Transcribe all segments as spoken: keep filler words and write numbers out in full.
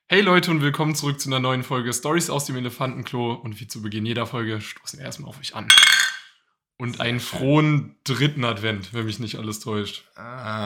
Hey Leute und willkommen zurück zu einer neuen Folge Stories aus dem Elefantenklo. Und wie zu Beginn jeder Folge stoßen wir erstmal auf euch an. Und einen frohen dritten Advent, wenn mich nicht alles täuscht. Äh,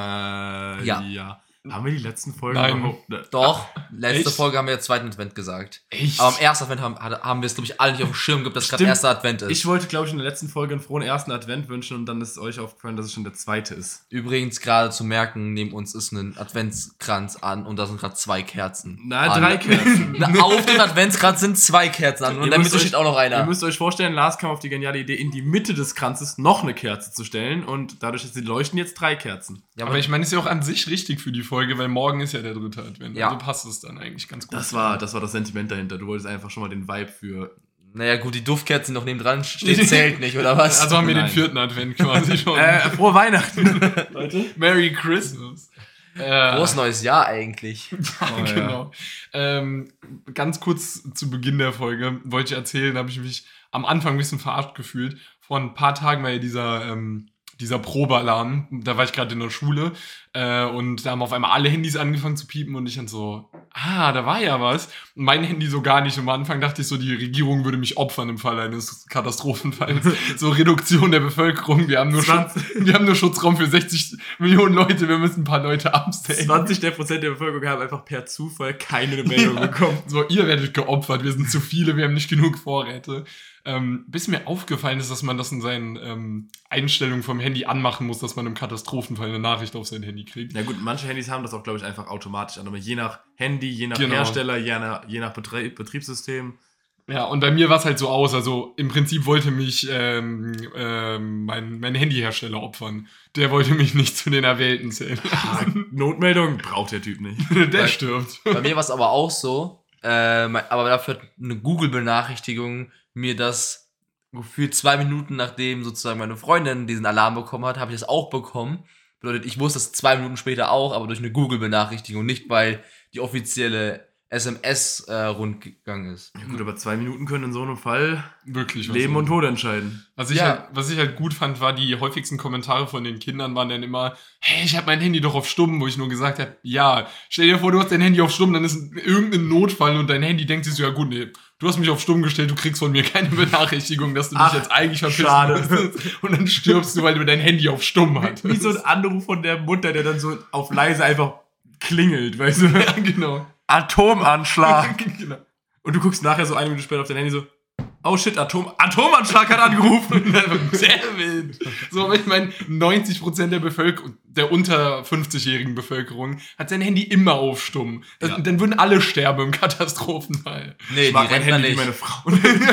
ja. ja. Haben wir die letzten Folgen Nein. überhaupt? Doch, letzte Echt? Folge haben wir ja zweiten Advent gesagt. Echt? Aber am ersten Advent haben, haben wir es, glaube ich, alle nicht auf dem Schirm gehabt, dass gerade Stimmt. erster Advent ist. Ich wollte, glaube ich, in der letzten Folge einen frohen ersten Advent wünschen und dann ist euch aufgefallen, dass es schon der zweite ist. Übrigens gerade zu merken, neben uns ist ein Adventskranz an und da sind gerade zwei Kerzen. Na, an. drei Kerzen. Na, auf dem Adventskranz sind zwei Kerzen an und in der Mitte steht auch noch Ihr einer. müsst euch vorstellen, Lars kam auf die geniale Idee, in die Mitte des Kranzes noch eine Kerze zu stellen und dadurch, dass sie leuchten, jetzt drei Kerzen. Ja, Aber ich meine, ist ja auch an sich richtig für die Folge, weil morgen ist ja der dritte Advent. Ja. Also passt es dann eigentlich ganz gut. Das war, das war das Sentiment dahinter. Du wolltest einfach schon mal den Vibe für... Naja gut, die Duftkerzen noch nebendran steht, zählt nicht, oder was? Also haben wir Nein. den vierten Advent quasi schon. Äh, frohe Weihnachten. Leute. Merry Christmas. Äh, Frohes neues Jahr eigentlich. Oh, ja. Genau. Ähm, ganz kurz zu Beginn der Folge wollte ich erzählen, habe ich mich am Anfang ein bisschen verarscht gefühlt. Vor ein paar Tagen war ja dieser, ähm, dieser Probealarm, da war ich gerade in der Schule äh, und da haben auf einmal alle Handys angefangen zu piepen und ich dann so, ah, da war ja was. Und mein Handy so gar nicht. Und am Anfang dachte ich so, die Regierung würde mich opfern im Fall eines Katastrophenfalls. So Reduktion der Bevölkerung, wir haben nur, Schutz, wir haben nur Schutzraum für sechzig Millionen Leute, wir müssen ein paar Leute abstellen. zwanzig Prozent der Bevölkerung haben einfach per Zufall keine Meldung Ja. bekommen. So, ihr werdet geopfert, wir sind zu viele, wir haben nicht genug Vorräte. Ähm, bis mir aufgefallen ist, dass man das in seinen ähm, Einstellungen vom Handy anmachen muss, dass man im Katastrophenfall eine Nachricht auf sein Handy kriegt. Ja gut, manche Handys haben das auch, glaube ich, einfach automatisch an. Aber je nach Handy, je nach Genau. Hersteller, je nach, je nach Betrieb, Betriebssystem. Ja, und bei mir war es halt so aus, also im Prinzip wollte mich ähm, ähm, mein, mein Handyhersteller opfern. Der wollte mich nicht zu den Erwählten zählen. Ah, Notmeldung braucht der Typ nicht. Der Weil- stirbt. Bei mir war es aber auch so, äh, mein- aber dafür hat eine Google-Benachrichtigung mir das gefühlt zwei Minuten nachdem sozusagen meine Freundin diesen Alarm bekommen hat, habe ich das auch bekommen. Bedeutet, ich wusste es zwei Minuten später auch, aber durch eine Google-Benachrichtigung, nicht weil die offizielle S M S äh, rundgegangen ist. Ja gut, aber zwei Minuten können in so einem Fall Wirklich. was Leben so. und Tod entscheiden. Was ich, Ja. halt, was ich halt gut fand, war, die häufigsten Kommentare von den Kindern waren dann immer, hey, ich habe mein Handy doch auf Stumm, wo ich nur gesagt habe, ja, stell dir vor, du hast dein Handy auf Stumm, dann ist irgendein Notfall und dein Handy denkt sich so, ja gut, nee, du hast mich auf Stumm gestellt, du kriegst von mir keine Benachrichtigung, dass du dich Ach, jetzt eigentlich verpissen schade. müsstest. Und dann stirbst du, weil du dein Handy auf Stumm hattest. Wie so ein Anruf von der Mutter, der dann so auf leise einfach klingelt, weißt du? Ja, genau. Atomanschlag. genau. Und du guckst nachher so eine Minute später auf dein Handy so, oh shit, Atom Atomanschlag hat angerufen. Sehr wild. So, aber ich meine, neunzig Prozent der Bevölkerung, der unter fünfzigjährigen Bevölkerung, hat sein Handy immer auf Stumm. Das, Ja. Dann würden alle sterben im Katastrophenfall. Nee, Ich mag die mein Rentner Handy wie nicht. meine Frau.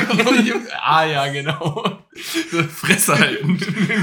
ah ja, genau. Fresse halten.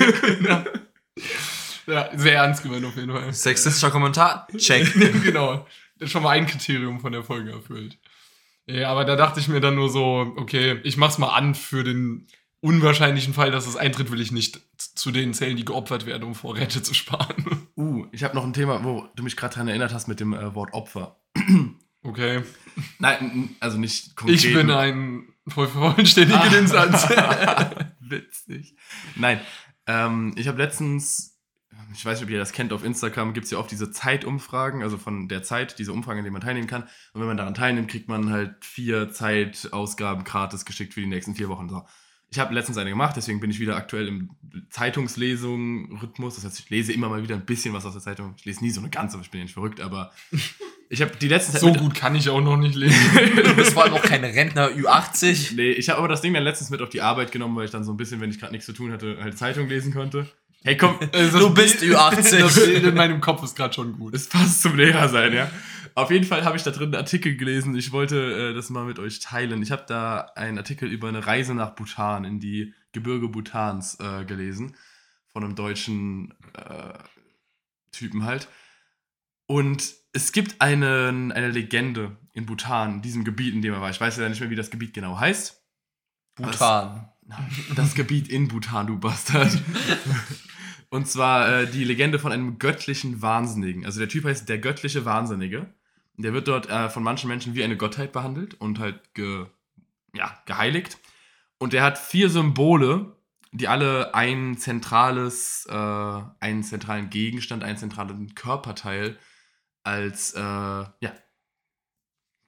Ja, sehr ernst gemeint auf jeden Fall. Sexistischer Kommentar? Check. Genau. Das ist schon mal ein Kriterium von der Folge erfüllt. Ja, aber da dachte ich mir dann nur so, okay, ich mach's mal an für den unwahrscheinlichen Fall, dass es eintritt, will ich nicht zu den zählen, die geopfert werden, um Vorräte zu sparen. Uh, ich habe noch ein Thema, wo du mich gerade dran erinnert hast mit dem äh, Wort Opfer. Okay. Nein, n- also nicht konkret. Ich bin ein voll vollständiger Ah. den Satz. Witzig. Nein, ähm, ich habe letztens, ich weiß nicht, ob ihr das kennt, auf Instagram gibt es ja oft diese Zeitumfragen, also von der Zeit, diese Umfragen, in denen man teilnehmen kann. Und wenn man daran teilnimmt, kriegt man halt vier Zeitausgaben gratis geschickt für die nächsten vier Wochen. So. Ich habe letztens eine gemacht, deswegen bin ich wieder aktuell im Zeitungslesung-Rhythmus. Das heißt, ich lese immer mal wieder ein bisschen was aus der Zeitung. Ich lese nie so eine ganze, ich bin ja nicht verrückt, aber ich habe die letzten Zeit So mit- gut kann ich auch noch nicht lesen. Du bist vor allem auch kein Rentner Ü achtzig. Nee, ich habe aber das Ding dann letztens mit auf die Arbeit genommen, weil ich dann so ein bisschen, wenn ich gerade nichts zu tun hatte, halt Zeitung lesen konnte. Hey, komm, Also Du das bist Bild- Ü achtzig. Das Bild in meinem Kopf ist gerade schon gut. es passt zum Lehrer sein, ja. Auf jeden Fall habe ich da drin einen Artikel gelesen. Ich wollte äh, das mal mit euch teilen. Ich habe da einen Artikel über eine Reise nach Bhutan, in die Gebirge Bhutans äh, gelesen. Von einem deutschen äh, Typen halt. Und es gibt einen, eine Legende in Bhutan, in diesem Gebiet, in dem er war. Ich weiß ja nicht mehr, wie das Gebiet genau heißt. Bhutan. Das Gebiet in Bhutan, du Bastard. Und zwar äh, die Legende von einem göttlichen Wahnsinnigen. Also der Typ heißt der göttliche Wahnsinnige. Der wird dort äh, von manchen Menschen wie eine Gottheit behandelt und halt ge, ja, geheiligt. Und der hat vier Symbole, die alle ein zentrales, äh, einen zentralen Gegenstand, einen zentralen Körperteil als äh, ja,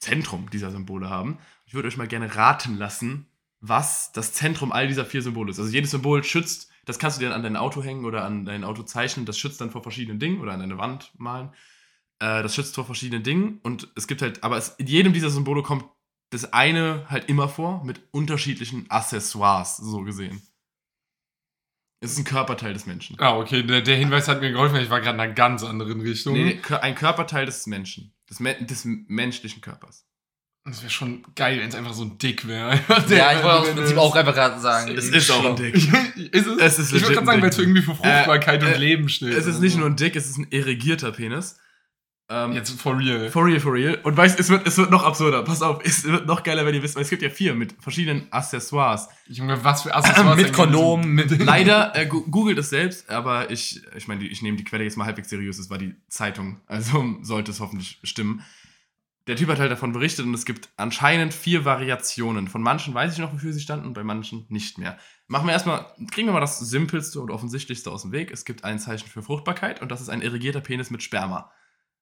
Zentrum dieser Symbole haben. Ich würde euch mal gerne raten lassen, was das Zentrum all dieser vier Symbole ist. Also jedes Symbol schützt, das kannst du dir dann an dein Auto hängen oder an dein Auto zeichnen, das schützt dann vor verschiedenen Dingen oder an deine Wand malen. Äh, das schützt vor verschiedenen Dingen und es gibt halt, aber es, in jedem dieser Symbole kommt das eine halt immer vor mit unterschiedlichen Accessoires, so gesehen. Es ist ein Körperteil des Menschen. Ah, okay, der, der Hinweis hat mir geholfen, weil ich war gerade in einer ganz anderen Richtung. Nee, nee, ein Körperteil des Menschen. Des, Me- des menschlichen Körpers. Das wäre schon geil, wenn es einfach so ein Dick wäre. Ja, ich wollte auch im Prinzip auch einfach gerade sagen. Es ist auch ein Dick. ist es? Es ist ich legit würde gerade ein sagen, weil es Dick. irgendwie für Fruchtbarkeit Äh, und äh, Leben steht. Es ist nicht nur ein Dick, es ist ein irrigierter Penis. Ähm, Jetzt for real. For real, for real. Und weißt, es wird, es wird noch absurder. Pass auf, es wird noch geiler, wenn ihr wisst, weil es gibt ja vier mit verschiedenen Accessoires. Junge, was für Accessoires. Mit Kondom, mit. Leider, äh, gu- googelt es selbst, aber ich, ich meine, ich nehme die Quelle jetzt mal halbwegs seriös, es war die Zeitung, also sollte es hoffentlich stimmen. Der Typ hat halt davon berichtet und es gibt anscheinend vier Variationen. Von manchen weiß ich noch, wofür sie standen, bei manchen nicht mehr. Machen wir erstmal, kriegen wir mal das simpelste und offensichtlichste aus dem Weg. Es gibt ein Zeichen für Fruchtbarkeit und das ist ein irrigierter Penis mit Sperma.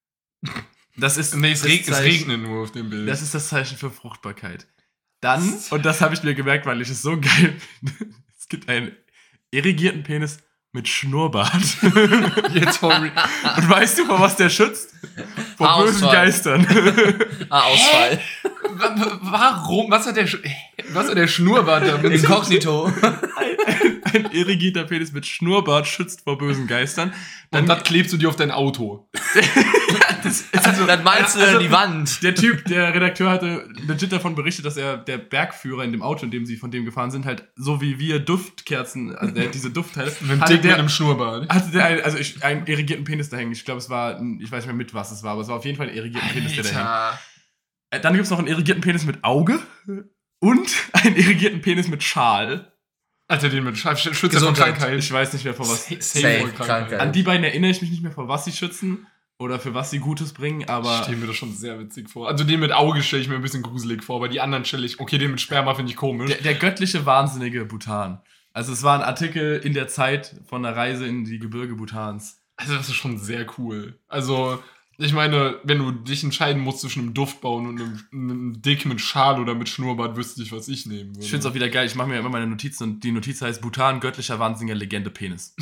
Das ist Nee, es, das reg es Zeichen- regnet nur auf dem Bild. Das ist das Zeichen für Fruchtbarkeit. Dann, und das habe ich mir gemerkt, weil ich es so geil finde, es gibt einen irrigierten Penis mit Schnurrbart. Jetzt for real. Und weißt du, vor was der schützt? Vor Ausfall. bösen Geistern. Ah, Ausfall. Wa- wa- Warum? Was hat der, Sch was hat der Schnurrbart damit? Inkognito. Ein, ein irrigierter Penis mit Schnurrbart schützt vor bösen Geistern. Und das klebst du dir auf dein Auto. das, also, Dann malst du also, dann die Wand. Der Typ, der Redakteur hatte legit davon berichtet, dass er der Bergführer in dem Auto, in dem sie von dem gefahren sind, halt so wie wir Duftkerzen, also der, diese Duftteile, Mit einem hatte Dick mit der, einem Schnurrbart. hatte der einen, also ich, einen irrigierten Penis da hängen. Ich glaube, es war, ein- ich weiß nicht mehr mit was es war, aber es war auf jeden Fall ein irrigierten Penis, der da hängt. Alter. Äh, Dann gibt es noch einen irrigierten Penis mit Auge und einen irrigierten Penis mit Schal. Alter, den mit Sch- Schützer von Gesundheit. Krankheit. Ich weiß nicht mehr vor was. Safe, Safe vor Krankheit. An die beiden erinnere ich mich nicht mehr, vor was sie schützen oder für was sie Gutes bringen, aber Ich stelle mir das schon sehr witzig vor. Also den mit Auge stelle ich mir ein bisschen gruselig vor, aber die anderen stelle ich, okay, den mit Sperma finde ich komisch. der, der göttliche, wahnsinnige Bhutan. Also es war ein Artikel in der Zeit von einer Reise in die Gebirge Bhutans. Also das ist schon sehr cool. Also, ich meine, wenn du dich entscheiden musst zwischen einem Duftbaum und einem, einem Dick mit Schal oder mit Schnurrbart, wüsste ich, was ich nehmen würde. Ich finde es auch wieder geil, ich mache mir immer meine Notizen und die Notiz heißt Bhutan, göttlicher, wahnsinniger Legende, Penis.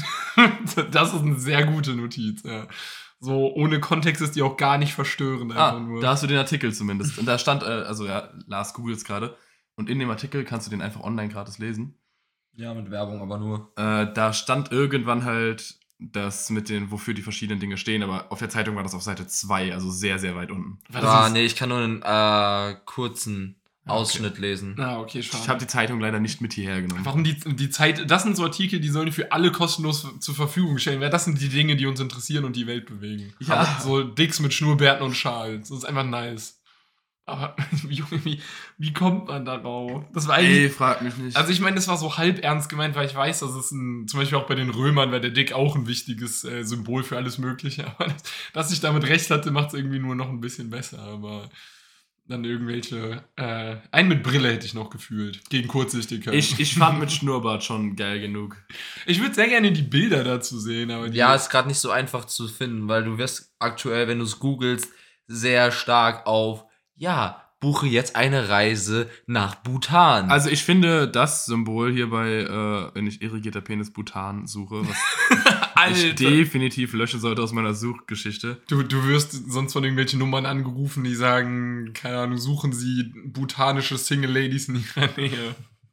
Das ist eine sehr gute Notiz, ja. So, ohne Kontext ist die auch gar nicht verstörend, einfach Ah, nur. da hast du den Artikel zumindest. Und da stand, äh, also ja, Lars googelt gerade. Und in dem Artikel kannst du den einfach online gratis lesen. Ja, mit Werbung aber nur. Äh, da stand irgendwann halt das mit den, wofür die verschiedenen Dinge stehen, aber auf der Zeitung war das auf Seite zwei, also sehr, sehr weit unten. War das Ah, ein- nee, ich kann nur einen äh, kurzen Ah, okay. Ausschnitt lesen. Ah, okay, schade. Ich habe die Zeitung leider nicht mit hierher genommen. Warum die, die Zeit, das sind so Artikel, die sollen für alle kostenlos zur Verfügung stellen, weil das sind die Dinge, die uns interessieren und die Welt bewegen. Ja. Aber so Dicks mit Schnurrbärten und Schals, das ist einfach nice. Aber, Junge, wie, wie kommt man darauf? Das war eigentlich, Ey, frag mich nicht. also ich meine, das war so halb ernst gemeint, weil ich weiß, dass es ein, zum Beispiel auch bei den Römern war der Dick auch ein wichtiges äh, Symbol für alles Mögliche. Aber das, dass ich damit recht hatte, macht es irgendwie nur noch ein bisschen besser. Aber dann irgendwelche, äh, einen mit Brille hätte ich noch gefühlt, gegen Kurzsichtigkeit. ich, ich fand mit Schnurrbart schon geil genug. Ich würde sehr gerne die Bilder dazu sehen, aber die, Ja, ist gerade nicht so einfach zu finden, weil du wirst aktuell, wenn du es googelst, sehr stark auf, ja, buche jetzt eine Reise nach Bhutan. Also ich finde das Symbol hier bei, äh, wenn ich irrigierter Penis Bhutan suche, was ich Alter, definitiv löschen sollte aus meiner Suchgeschichte. du, du wirst sonst von irgendwelchen Nummern angerufen, die sagen, keine Ahnung, suchen sie bhutanische Single Ladies in ihrer Nähe.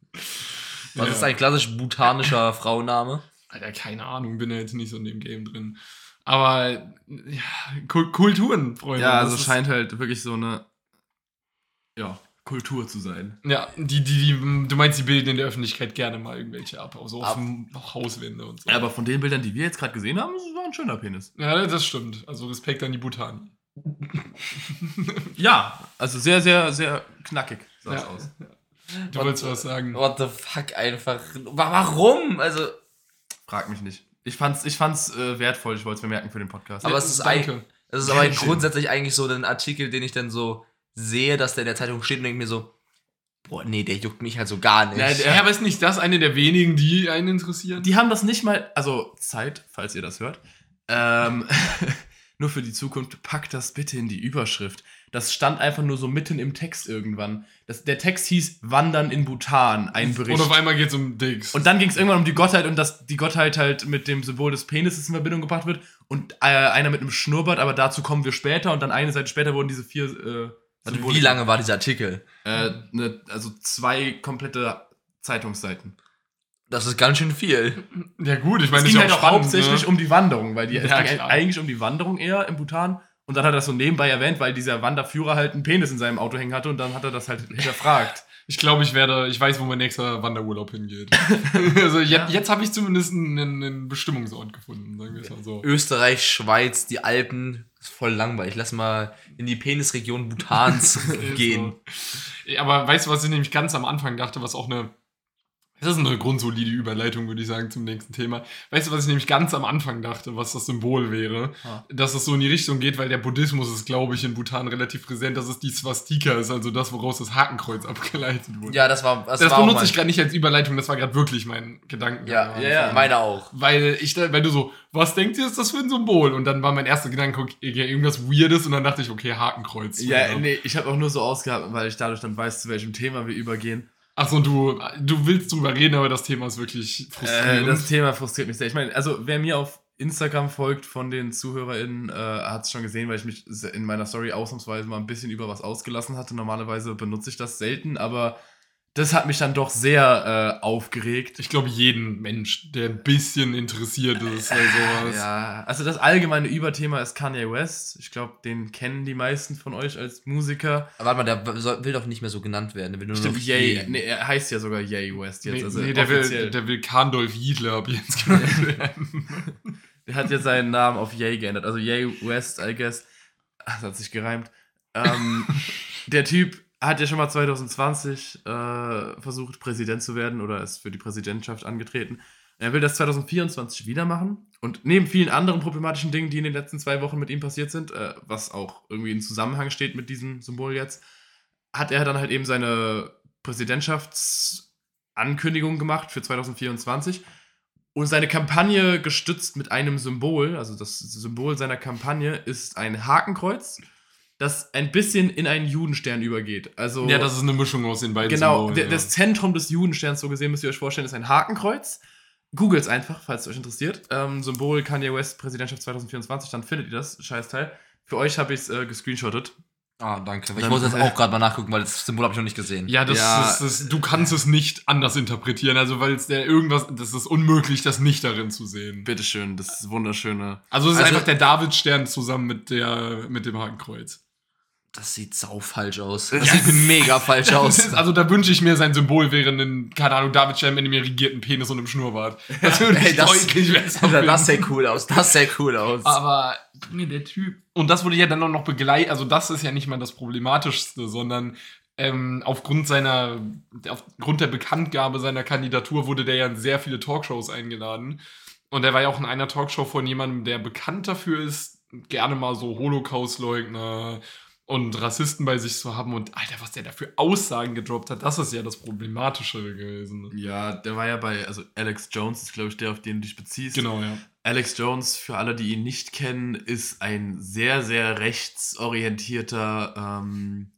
Was Ja. ist ein klassisch bhutanischer Frauenname? Alter, keine Ahnung, bin ja jetzt nicht so in dem Game drin. Aber, ja, Kul- Kulturen, Freunde. Ja, das also ist- scheint halt wirklich so eine, ja, Kultur zu sein. Ja, die, die, die, du meinst, die bilden in der Öffentlichkeit gerne mal irgendwelche ab, so auf Ab. dem Hauswände und so. Ja, aber von den Bildern, die wir jetzt gerade gesehen haben, das war ein schöner Penis. Ja, das stimmt. Also Respekt an die Bhutani. Ja, also sehr, sehr, sehr knackig sah es Ja. aus. Du wolltest was sagen. What the fuck, einfach. Wa- Warum? Also, Frag mich nicht. Ich fand's, ich fand's äh, wertvoll, ich wollte es mir merken für den Podcast. aber Ja, es ist, danke. ein, es ist aber Dankeschön. grundsätzlich eigentlich so ein Artikel, den ich dann so sehe, dass der in der Zeitung steht und denke mir so, boah, nee, der juckt mich halt so gar nicht. Ja, der- Ja, aber ist nicht das eine der wenigen, die einen interessieren? Die haben das nicht mal, also Zeit, falls ihr das hört, ähm, nur für die Zukunft, packt das bitte in die Überschrift. Das stand einfach nur so mitten im Text irgendwann. Das, der Text hieß Wandern in Bhutan, ein Bericht. Und auf einmal geht es um Dicks. Und dann ging es irgendwann um die Gottheit und dass die Gottheit halt mit dem Symbol des Penises in Verbindung gebracht wird und äh, einer mit einem Schnurrbart, aber dazu kommen wir später und dann eine Seite später wurden diese vier äh, Also wie lange war dieser Artikel? Äh, ne, also zwei komplette Zeitungsseiten. Das ist ganz schön viel. Ja gut, ich meine, es das ging ist halt ja auch spannend, hauptsächlich ne? um die Wanderung, weil die, es Ja, ging klar. eigentlich um die Wanderung eher im Bhutan und dann hat er das so nebenbei erwähnt, weil dieser Wanderführer halt einen Penis in seinem Auto hängen hatte und dann hat er das halt hinterfragt. Ich glaube, ich werde, ich weiß, wo mein nächster Wanderurlaub hingeht. Also jetzt, Ja. jetzt habe ich zumindest einen, einen Bestimmungsort gefunden, sagen wir es mal so. Österreich, Schweiz, die Alpen, ist voll langweilig. Lass mal in die Penisregion Bhutans gehen. So. Aber weißt du, was ich nämlich ganz am Anfang dachte, was auch eine, das ist eine grundsolide Überleitung, würde ich sagen, zum nächsten Thema. Weißt du, was ich nämlich ganz am Anfang dachte, was das Symbol wäre? Ah. Dass es so in die Richtung geht, weil der Buddhismus ist, glaube ich, in Bhutan relativ präsent, dass es die Swastika ist, also das, woraus das Hakenkreuz abgeleitet wurde. Ja, das war das, das war auch benutze mein- ich gerade nicht als Überleitung, das war gerade wirklich mein Gedanken. Ja, ja, ja, meine auch. Weil ich, da- weil du so, was denkt ihr, ist das für ein Symbol? Und dann war mein erster Gedanke, okay, irgendwas Weirdes und dann dachte ich, okay, Hakenkreuz. Ja, nee, ich habe auch nur so ausgehabt, weil ich dadurch dann weiß, zu welchem Thema wir übergehen. Achso, du, du willst drüber reden, aber das Thema ist wirklich Äh, frustrierend. das Thema frustriert mich sehr. Ich meine, also wer mir auf Instagram folgt von den ZuhörerInnen, äh, hat es schon gesehen, weil ich mich in meiner Story ausnahmsweise mal ein bisschen über was ausgelassen hatte. Normalerweise benutze ich das selten, aber das hat mich dann doch sehr äh, aufgeregt. Ich glaube, jeden Mensch, der ein bisschen interessiert ist, bei sowas. Ja, also das allgemeine Überthema ist Kanye West. Ich glaube, den kennen die meisten von euch als Musiker. Aber warte mal, der soll- will doch nicht mehr so genannt werden. Der will nur Stimmt, noch Ye, Ye. nee, er heißt ja sogar Ye West jetzt. Nee, also nee der, will, offiziell. der will Karndolf Jiedler ab jetzt genannt werden. Der hat jetzt seinen Namen auf Ye geändert. Also Ye West, I guess. Das hat sich gereimt. Ähm, der Typ hat ja schon mal zwanzig zwanzig äh, versucht, Präsident zu werden oder ist für die Präsidentschaft angetreten. Er will das zwanzig vierundzwanzig wieder machen. Und neben vielen anderen problematischen Dingen, die in den letzten zwei Wochen mit ihm passiert sind, äh, was auch irgendwie in Zusammenhang steht mit diesem Symbol jetzt, hat er dann halt eben seine Präsidentschaftsankündigung gemacht für zwanzig vierundzwanzig und seine Kampagne gestützt mit einem Symbol. Also das Symbol seiner Kampagne ist ein Hakenkreuz, das ein bisschen in einen Judenstern übergeht. Also Ja, das ist eine Mischung aus den beiden genau, Symbolen, der, ja. das Zentrum des Judensterns, so gesehen, müsst ihr euch vorstellen, ist ein Hakenkreuz. Googles einfach, falls es euch interessiert. Ähm, Symbol Kanye West Präsidentschaft zwanzig vierundzwanzig, dann findet ihr das Scheißteil. Für euch habe ich es äh, gescreenshottet. Ah, danke. Ich Dann- muss jetzt auch gerade mal nachgucken, weil das Symbol habe ich noch nicht gesehen. Ja, das, Ja. das, das, du kannst es nicht anders interpretieren, also weil es der irgendwas, das ist unmöglich, das nicht darin zu sehen. Bitteschön, das ist wunderschöne. Also es ist Also- einfach der Davidstern zusammen mit der mit dem Hakenkreuz. Das sieht sau falsch aus. Das sieht mega falsch aus. Also da wünsche ich mir, sein Symbol wäre ein, keine Ahnung, Davidstern mit einem irrigierten Penis und einem Schnurrbart. Das würde ich Ey, das, deutlich besser Alter, finden. das sähe cool aus. Das sähe cool aus. Aber Junge, der Typ. Und das wurde ja dann auch noch begleitet. Also, das ist ja nicht mal das Problematischste, sondern ähm, aufgrund seiner, aufgrund der Bekanntgabe seiner Kandidatur wurde der ja in sehr viele Talkshows eingeladen. Und er war ja auch in einer Talkshow von jemandem, der bekannt dafür ist, gerne mal so Holocaust-Leugner und Rassisten bei sich zu haben. Und Alter, was der da für Aussagen gedroppt hat, das ist ja das Problematischere gewesen. Ja, der war ja bei, also Alex Jones ist, glaube ich, der, auf den du dich beziehst. Genau, ja. Alex Jones, für alle, die ihn nicht kennen, ist ein sehr, sehr rechtsorientierter, ähm,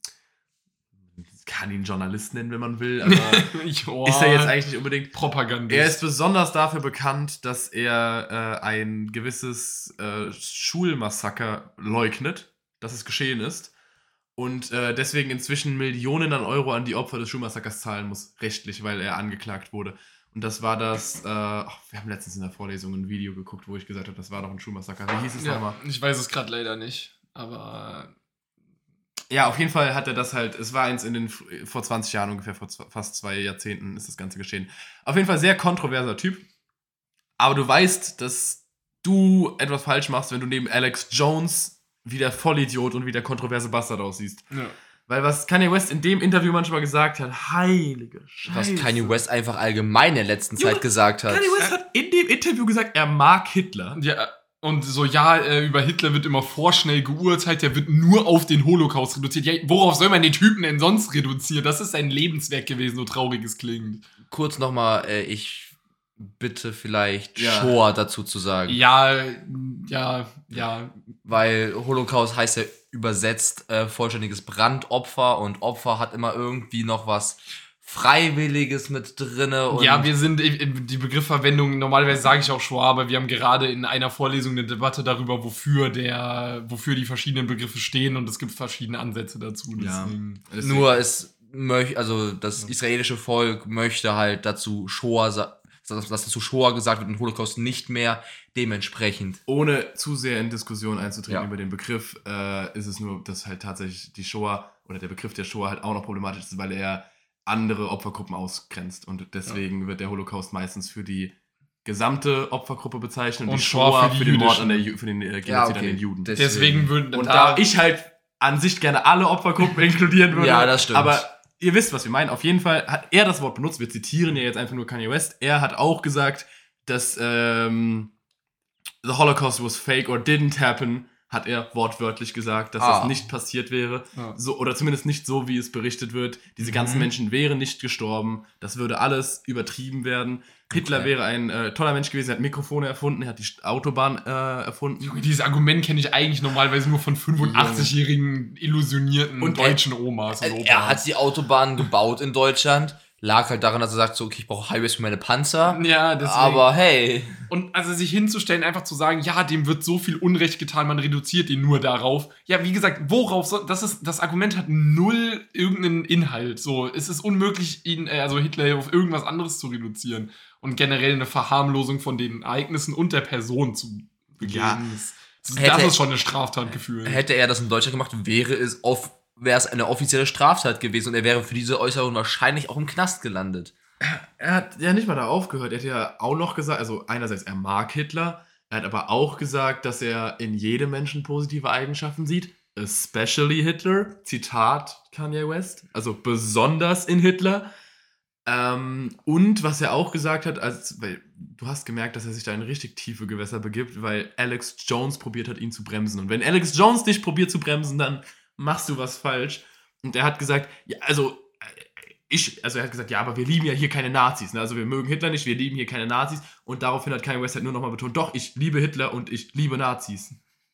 kann ihn Journalist nennen, wenn man will, aber Ich, oh, ist er jetzt eigentlich nicht unbedingt. Propagandist. Er ist besonders dafür bekannt, dass er äh, ein gewisses äh, Schulmassaker leugnet, dass es geschehen ist. Und äh, deswegen inzwischen Millionen an Euro an die Opfer des Schulmassakers zahlen muss, rechtlich, weil er angeklagt wurde. Und das war das, äh, ach, wir haben letztens in der Vorlesung ein Video geguckt, wo ich gesagt habe, das war doch ein Schulmassaker. Wie hieß es Ja, nochmal? ich weiß es gerade leider nicht, aber Ja, auf jeden Fall hat er das halt, es war eins in den, vor zwanzig Jahren ungefähr, vor z- fast zwei Jahrzehnten ist das Ganze geschehen. Auf jeden Fall sehr kontroverser Typ. Aber du weißt, dass du etwas falsch machst, wenn du neben Alex Jones wie der Vollidiot und wie der kontroverse Bastard aussiehst. ja. Weil was Kanye West in dem Interview manchmal gesagt hat, heilige Was Scheiße. Kanye West einfach allgemein in der letzten Junge, Zeit gesagt hat. Kanye West hat in dem Interview gesagt, er mag Hitler. Ja, und so, ja, äh, über Hitler wird immer vorschnell geurteilt, der wird nur auf den Holocaust reduziert. Ja, worauf soll man den Typen denn sonst reduzieren? Das ist sein Lebenswerk gewesen, so traurig es klingt. Kurz nochmal, äh, ich bitte vielleicht Ja. Shoah dazu zu sagen. Ja, ja, ja. Weil Holocaust heißt ja übersetzt äh, vollständiges Brandopfer und Opfer hat immer irgendwie noch was Freiwilliges mit drinne. Und ja, wir sind, die Begriffsverwendung, normalerweise sage ich auch Shoah, aber wir haben gerade in einer Vorlesung eine Debatte darüber, wofür der, wofür die verschiedenen Begriffe stehen und es gibt verschiedene Ansätze dazu. Deswegen. Ja. Nur es möchte, also das ja. israelische Volk möchte halt dazu Shoah, dass dazu Shoah gesagt wird und Holocaust nicht mehr, dementsprechend. Ohne zu sehr in Diskussion einzutreten Ja. über den Begriff, äh, ist es nur, dass halt tatsächlich die Shoah oder der Begriff der Shoah halt auch noch problematisch ist, weil er andere Opfergruppen ausgrenzt und deswegen ja. wird der Holocaust meistens für die gesamte Opfergruppe bezeichnet und, und die Shoah für, für den Mord an der Ju- für den äh, Genozid ja, okay. an den Juden. Deswegen, Deswegen würden und da, da ich halt an sich gerne alle Opfergruppen inkludieren würde, ja, das stimmt. aber ihr wisst, was wir meinen. Auf jeden Fall hat er das Wort benutzt. Wir zitieren ja jetzt einfach nur Kanye West. Er hat auch gesagt, dass ähm, the Holocaust was fake or didn't happen. Hat er wortwörtlich gesagt, dass ah. das nicht passiert wäre. Ja. So, oder zumindest nicht so, wie es berichtet wird. Diese ganzen Mhm. Menschen wären nicht gestorben. Das würde alles übertrieben werden. Hitler Okay. wäre ein äh, toller Mensch gewesen. Er hat Mikrofone erfunden. Er hat die Autobahn äh, erfunden. Junge, dieses Argument kenne ich eigentlich normalerweise nur von fünfundachtzig-jährigen illusionierten Und deutschen Omas und Opas. Er hat die Autobahn gebaut in Deutschland. Lag halt daran, dass er sagt, so, okay, ich brauche Highways für meine Panzer. Ja, deswegen. Aber hey. Und also sich hinzustellen, einfach zu sagen, ja, dem wird so viel Unrecht getan, man reduziert ihn nur darauf. Ja, wie gesagt, worauf soll, das ist, das Argument hat null irgendeinen Inhalt. So, es ist unmöglich, ihn, äh, also Hitler auf irgendwas anderes zu reduzieren. Und generell eine Verharmlosung von den Ereignissen und der Person zu begehen. Ja. Das, das Hätte- ist schon eine Straftat gefühlt. Hätte er das in Deutschland gemacht, wäre es off, wäre es eine offizielle Straftat gewesen und er wäre für diese Äußerung wahrscheinlich auch im Knast gelandet. Er hat ja nicht mal da aufgehört. Er hat ja auch noch gesagt, also einerseits, er mag Hitler. Er hat aber auch gesagt, dass er in jedem Menschen positive Eigenschaften sieht. Especially Hitler. Zitat Kanye West. Also besonders in Hitler. Ähm, und was er auch gesagt hat, als, weil du hast gemerkt, dass er sich da in richtig tiefe Gewässer begibt, weil Alex Jones probiert hat, ihn zu bremsen. Und wenn Alex Jones dich probiert zu bremsen, dann machst du was falsch. Und er hat gesagt, ja, also ich, also er hat gesagt, ja, aber wir lieben ja hier keine Nazis. Ne? Also wir mögen Hitler nicht, wir lieben hier keine Nazis. Und daraufhin hat Kanye West halt nur nochmal betont, doch, ich liebe Hitler und ich liebe Nazis.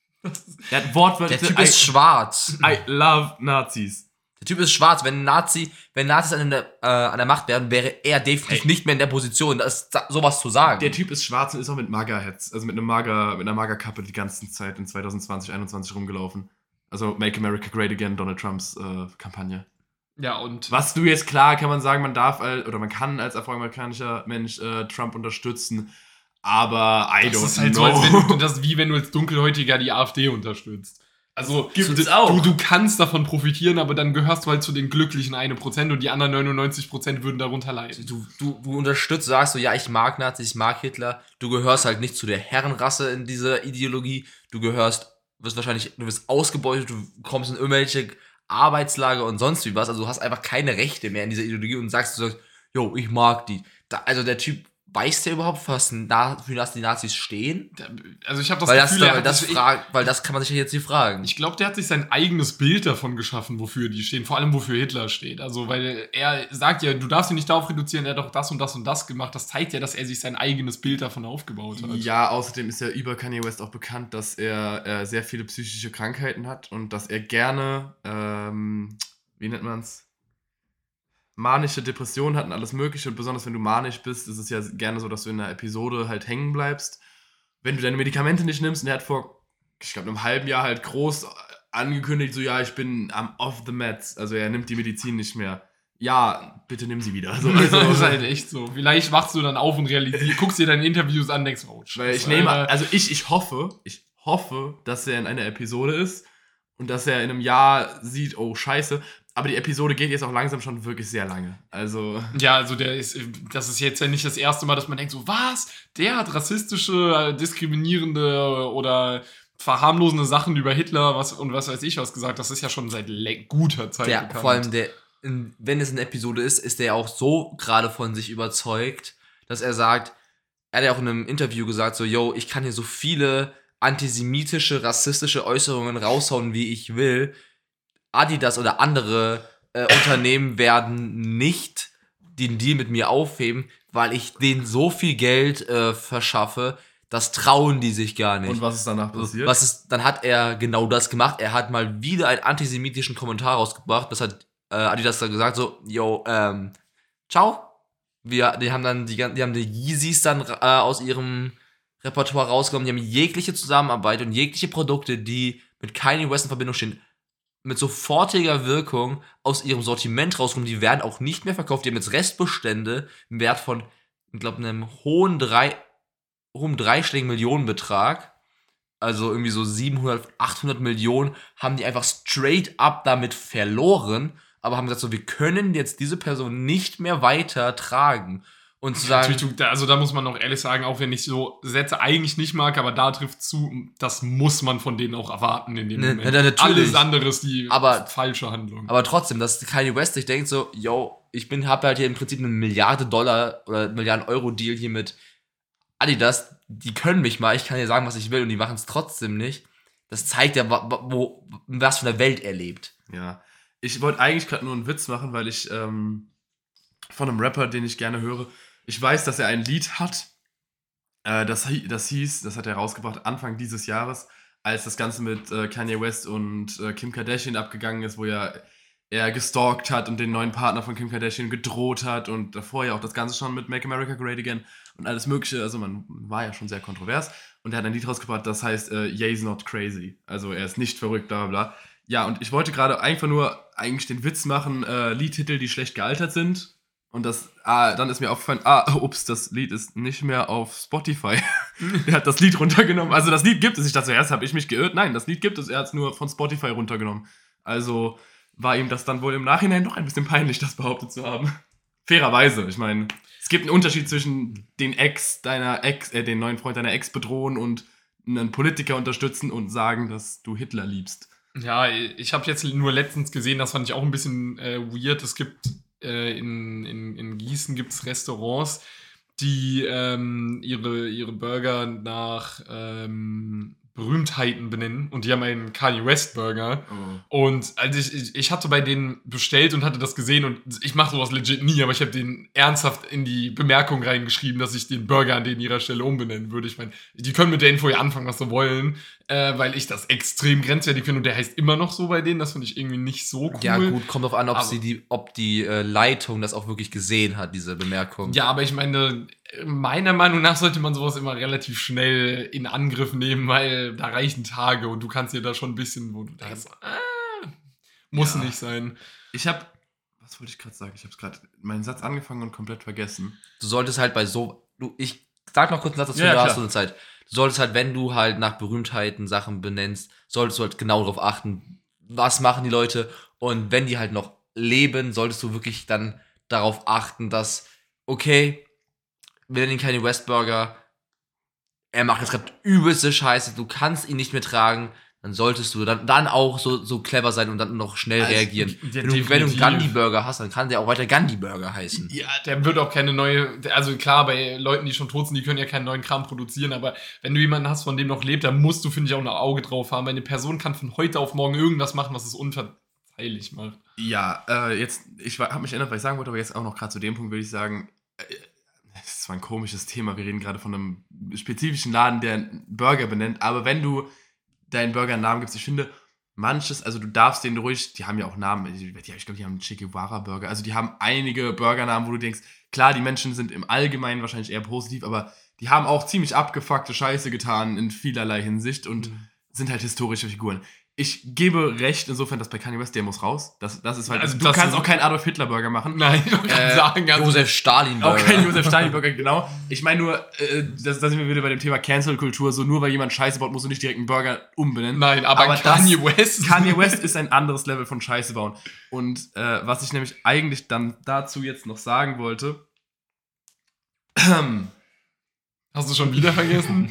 Er hat wortwörtlich Der Typ ist I, schwarz. I love Nazis. Der Typ ist schwarz. Wenn Nazi, wenn Nazis an der, äh, an der Macht wären, wäre er definitiv Hey. nicht mehr in der Position, das, sowas zu sagen. Der Typ ist schwarz und ist auch mit Maga-Heads, also mit, einem Maga, mit einer Maga-Kappe die ganze Zeit in zwanzig zwanzig, einundzwanzig rumgelaufen. Also Make America Great Again, Donald Trumps äh, Kampagne. Ja, und Was du jetzt, klar, kann man sagen, man darf, als, oder man kann als afroamerikanischer Mensch äh, Trump unterstützen, aber I das don't ist halt know. so, als wenn du das, wie wenn du als Dunkelhäutiger die AfD unterstützt. Also, Gibt du, es auch. Du, du kannst davon profitieren, aber dann gehörst du halt zu den glücklichen eine Prozent und die anderen neunundneunzig Prozent würden darunter leiden. Du, du, du unterstützt, sagst so, ja, ich mag Nazis, ich mag Hitler. Du gehörst halt nicht zu der Herrenrasse in dieser Ideologie. Du gehörst, wirst wahrscheinlich, du wirst ausgebeutet, du kommst in irgendwelche Arbeitslager und sonst wie was. Also du hast einfach keine Rechte mehr in dieser Ideologie und sagst, du sagst, jo, ich mag die. Da, also der Typ, weiß der überhaupt, was na, für was die Nazis stehen? Also ich habe das Weil das, Gefühl, er weil, hat das sich- frag, weil das kann man sich ja jetzt nicht fragen. Ich glaube, der hat sich sein eigenes Bild davon geschaffen, wofür die stehen. Vor allem, wofür Hitler steht. Also, weil er sagt ja, du darfst ihn nicht darauf reduzieren, er hat doch das und das und das gemacht. Das zeigt ja, dass er sich sein eigenes Bild davon aufgebaut hat. Ja, außerdem ist ja über Kanye West auch bekannt, dass er äh, sehr viele psychische Krankheiten hat und dass er gerne, ähm, wie nennt man's? Manische Depressionen hat und alles mögliche. Und besonders wenn du manisch bist, ist es ja gerne so, dass du in einer Episode halt hängen bleibst. Wenn du deine Medikamente nicht nimmst, und er hat vor, ich glaube, einem halben Jahr halt groß angekündigt, so, ja, ich bin am off the meds. Also er nimmt die Medizin nicht mehr. Ja, bitte nimm sie wieder. So, Also, also, das ist halt echt so. Vielleicht wachst du dann auf und realisierst, guckst dir deine Interviews an, denkst, oh, Weil ich Scheiße, nehme, Alter. also ich, ich hoffe, ich hoffe, dass er in einer Episode ist und dass er in einem Jahr sieht, oh scheiße, aber die Episode geht jetzt auch langsam schon wirklich sehr lange. Also, Ja, also der ist, das ist jetzt ja nicht das erste Mal, dass man denkt so, was? Der hat rassistische, diskriminierende oder verharmlosende Sachen über Hitler was und was weiß ich was gesagt. Das ist ja schon seit le- guter Zeit Der, bekannt. vor allem, der, in, wenn es eine Episode ist, ist der auch so gerade von sich überzeugt, dass er sagt, er hat ja auch in einem Interview gesagt, so, yo, ich kann hier so viele antisemitische, rassistische Äußerungen raushauen, wie ich will. Adidas oder andere äh, Unternehmen werden nicht den Deal mit mir aufheben, weil ich denen so viel Geld äh, verschaffe, Das trauen die sich gar nicht. Und was ist danach passiert? Was ist, dann hat er genau das gemacht. Er hat mal wieder einen antisemitischen Kommentar rausgebracht. Das hat äh, Adidas dann gesagt, so, yo, ähm, ciao. Wir, die haben dann die, die haben die Yeezys dann äh, aus ihrem Repertoire rausgenommen. Die haben jegliche Zusammenarbeit und jegliche Produkte, die mit Kanye West in Verbindung stehen, mit sofortiger Wirkung aus ihrem Sortiment rausgenommen. Die werden auch nicht mehr verkauft. Die haben jetzt Restbestände im Wert von, ich glaube, einem hohen drei hohen dreistelligen Millionenbetrag, also irgendwie so siebenhundert, achthundert Millionen, haben die einfach straight up damit verloren, aber haben gesagt so, wir können jetzt diese Person nicht mehr weiter tragen. Und zu sagen, Natürlich, du- also da muss man noch ehrlich sagen, auch wenn ich so Sätze eigentlich nicht mag, aber da trifft zu, das muss man von denen auch erwarten in dem Ne, Moment. ne, natürlich. Alles andere ist die Aber- falsche Handlung. aber trotzdem, dass Kanye West sich denkt so, yo, ich bin, hab halt hier im Prinzip einen Milliarde Dollar oder Milliarden Euro Deal hier mit Adidas, die können mich mal, ich kann dir sagen, was ich will und die machen es trotzdem nicht. Das zeigt ja, wo, wo, was von der Welt er lebt. Ja. Ich wollte eigentlich gerade nur einen Witz machen, weil ich ähm, von einem Rapper, den ich gerne höre, ich weiß, dass er ein Lied hat, äh, das, hi- das hieß, das hat er rausgebracht Anfang dieses Jahres, als das Ganze mit äh, Kanye West und äh, Kim Kardashian abgegangen ist, wo ja er gestalkt hat und den neuen Partner von Kim Kardashian gedroht hat und davor ja auch das Ganze schon mit Make America Great Again und alles mögliche, also man war ja schon sehr kontrovers und er hat ein Lied rausgebracht, das heißt äh, Ye's Not Crazy, also er ist nicht verrückt, bla bla bla. Ja, und ich wollte gerade einfach nur eigentlich den Witz machen, äh, Liedtitel, die schlecht gealtert sind und das, ah, dann ist mir aufgefallen, ah, ups, das Lied ist nicht mehr auf Spotify. Er hat das Lied runtergenommen, also das Lied gibt es, ich dachte zuerst, habe ich mich geirrt, nein, das Lied gibt es, er hat es nur von Spotify runtergenommen, also war ihm das dann wohl im Nachhinein doch ein bisschen peinlich, das behauptet zu haben. Fairerweise, ich meine, es gibt einen Unterschied zwischen den Ex deiner Ex, äh, den neuen Freund deiner Ex bedrohen und einen Politiker unterstützen und sagen, dass du Hitler liebst. Ja, ich habe jetzt nur letztens gesehen, das fand ich auch ein bisschen äh, weird. Es gibt äh, in, in, in Gießen gibt's Restaurants, die ähm, ihre, ihre Burger nach ähm, Berühmtheiten benennen. Und die haben einen Kanye West Burger. Oh. Und also ich, ich, ich hatte bei denen bestellt und hatte das gesehen und ich mache sowas legit nie, aber ich habe den ernsthaft in die Bemerkung reingeschrieben, dass ich den Burger an den ihrer Stelle umbenennen würde. Ich meine, die können mit der Info ja anfangen, was sie wollen, äh, weil ich das extrem grenzwertig finde und der heißt immer noch so bei denen, das finde ich irgendwie nicht so cool. Ja gut, kommt drauf an, ob Aber- sie die, ob die äh, Leitung das auch wirklich gesehen hat, diese Bemerkung. Ja, aber ich meine, meiner Meinung nach sollte man sowas immer relativ schnell in Angriff nehmen, weil da reichen Tage und du kannst dir da schon ein bisschen, wo du denkst, ah, muss Ja. nicht sein. Ich habe, was wollte ich gerade sagen? Ich habe gerade meinen Satz angefangen und komplett vergessen. Du solltest halt bei so, du, ich sag noch kurz einen Satz dazu, Ja, da klar. hast du eine Zeit. Du solltest halt, wenn du halt nach Berühmtheiten Sachen benennst, solltest du halt genau darauf achten, was machen die Leute und wenn die halt noch leben, solltest du wirklich dann darauf achten, dass, okay, wir nennen ihn Kanye West Burger, er macht jetzt gerade übelste Scheiße, du kannst ihn nicht mehr tragen, dann solltest du dann, dann auch so, so clever sein und dann noch schnell Also, reagieren. ja, Wenn du, wenn du einen definitiv. Gandhi-Burger hast, dann kann der auch weiter Gandhi-Burger heißen. Ja, der wird auch keine neue, der- also klar, bei Leuten, die schon tot sind, die können ja keinen neuen Kram produzieren, aber wenn du jemanden hast, von dem noch lebt, dann musst du, finde ich, auch ein Auge drauf haben, weil eine Person kann von heute auf morgen irgendwas machen, was es unverzeihlich macht. Ja, äh, jetzt, ich habe mich erinnert, was ich sagen wollte, aber jetzt auch noch gerade zu dem Punkt würde ich sagen, äh, das ist zwar ein komisches Thema, wir reden gerade von einem spezifischen Laden, der einen Burger benennt, aber wenn du deinen Burger einen Namen gibst, ich finde, manches, also du darfst den ruhig, die haben ja auch Namen, ich glaube, die haben einen Che Guevara Burger, also die haben einige Burgernamen, wo du denkst, klar, die Menschen sind im Allgemeinen wahrscheinlich eher positiv, aber die haben auch ziemlich abgefuckte Scheiße getan in vielerlei Hinsicht und Mhm. sind halt historische Figuren. Ich gebe recht insofern, dass bei Kanye West, der muss raus. Das, das ist halt, Also du das kannst ist- auch keinen Adolf Hitler Burger machen. Nein, ich wollte gerade Äh, sagen, also, Josef Stalin Auch Burger. kein Josef Stalin Burger, genau. Ich meine nur, äh, das, da sind wir wieder bei dem Thema Cancel-Kultur. So, nur weil jemand Scheiße baut, musst du nicht direkt einen Burger umbenennen. nein, aber, aber Kanye das- West. Kanye West ist ein anderes Level von Scheiße bauen. Und äh, was ich nämlich eigentlich dann dazu jetzt noch sagen wollte. Hast du schon wieder vergessen?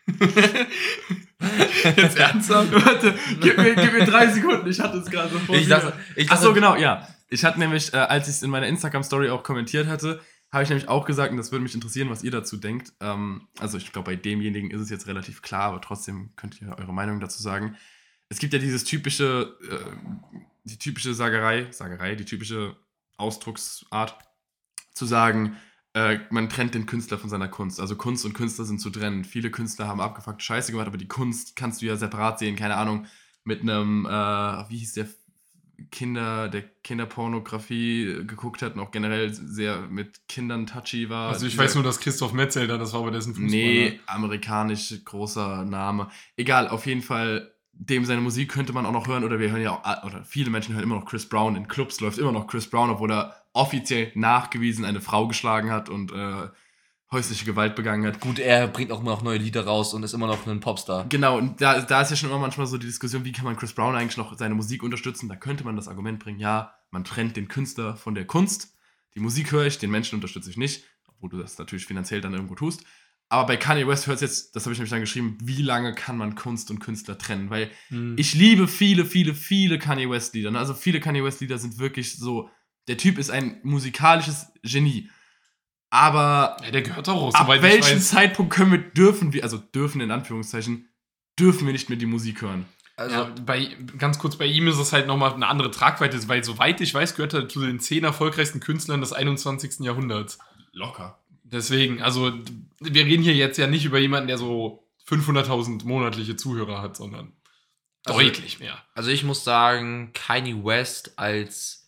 Jetzt ernsthaft? Warte, gib mir, gib mir drei Sekunden, ich hatte es gerade so vor Ich mir. dachte, ich Ach dachte, so, genau, ja. Ich hatte nämlich, äh, als ich es in meiner Instagram-Story auch kommentiert hatte, habe ich nämlich auch gesagt, und das würde mich interessieren, was ihr dazu denkt. Ähm, also ich glaube, bei demjenigen ist es jetzt relativ klar, aber trotzdem könnt ihr eure Meinung dazu sagen. Es gibt ja dieses typische, äh, die typische Sagerei, Sagerei, die typische Ausdrucksart, zu sagen, äh, man trennt den Künstler von seiner Kunst. Also Kunst und Künstler sind zu trennen. Viele Künstler haben abgefuckte Scheiße gemacht, aber die Kunst kannst du ja separat sehen. Keine Ahnung, mit einem, äh, wie hieß der Kinder, der Kinderpornografie geguckt hat und auch generell sehr mit Kindern touchy war. Also ich weiß nur, dass Christoph Metzelder, das war aber dessen Fußballer. Nee, amerikanisch, großer Name. Egal, auf jeden Fall, dem seine Musik könnte man auch noch hören, oder wir hören ja auch, oder viele Menschen hören immer noch Chris Brown. In Clubs läuft immer noch Chris Brown, obwohl er offiziell nachgewiesen eine Frau geschlagen hat und äh, häusliche Gewalt begangen hat. Gut, er bringt auch immer noch neue Lieder raus und ist immer noch ein Popstar. Genau, und da, da ist ja schon immer manchmal so die Diskussion, wie kann man Chris Brown eigentlich noch seine Musik unterstützen? Da könnte man das Argument bringen, ja, man trennt den Künstler von der Kunst. Die Musik höre ich, den Menschen unterstütze ich nicht, obwohl du das natürlich finanziell dann irgendwo tust. Aber bei Kanye West hört es jetzt, das habe ich nämlich dann geschrieben, wie lange kann man Kunst und Künstler trennen? Weil hm. ich liebe viele, viele, viele Kanye West-Lieder. Ne? Also viele Kanye West-Lieder sind wirklich so, der Typ ist ein musikalisches Genie. Aber ja, der gehört doch raus, ab welchem Zeitpunkt können wir, dürfen wir, also dürfen in Anführungszeichen, dürfen wir nicht mehr die Musik hören? Also ja, bei, ganz kurz, bei ihm ist es halt nochmal eine andere Tragweite, weil soweit ich weiß, gehört er zu den zehn erfolgreichsten Künstlern des einundzwanzigsten Jahrhunderts. Locker. Deswegen, also wir reden hier jetzt ja nicht über jemanden, der so fünfhunderttausend monatliche Zuhörer hat, sondern also, deutlich mehr. Also ich muss sagen, Kanye West als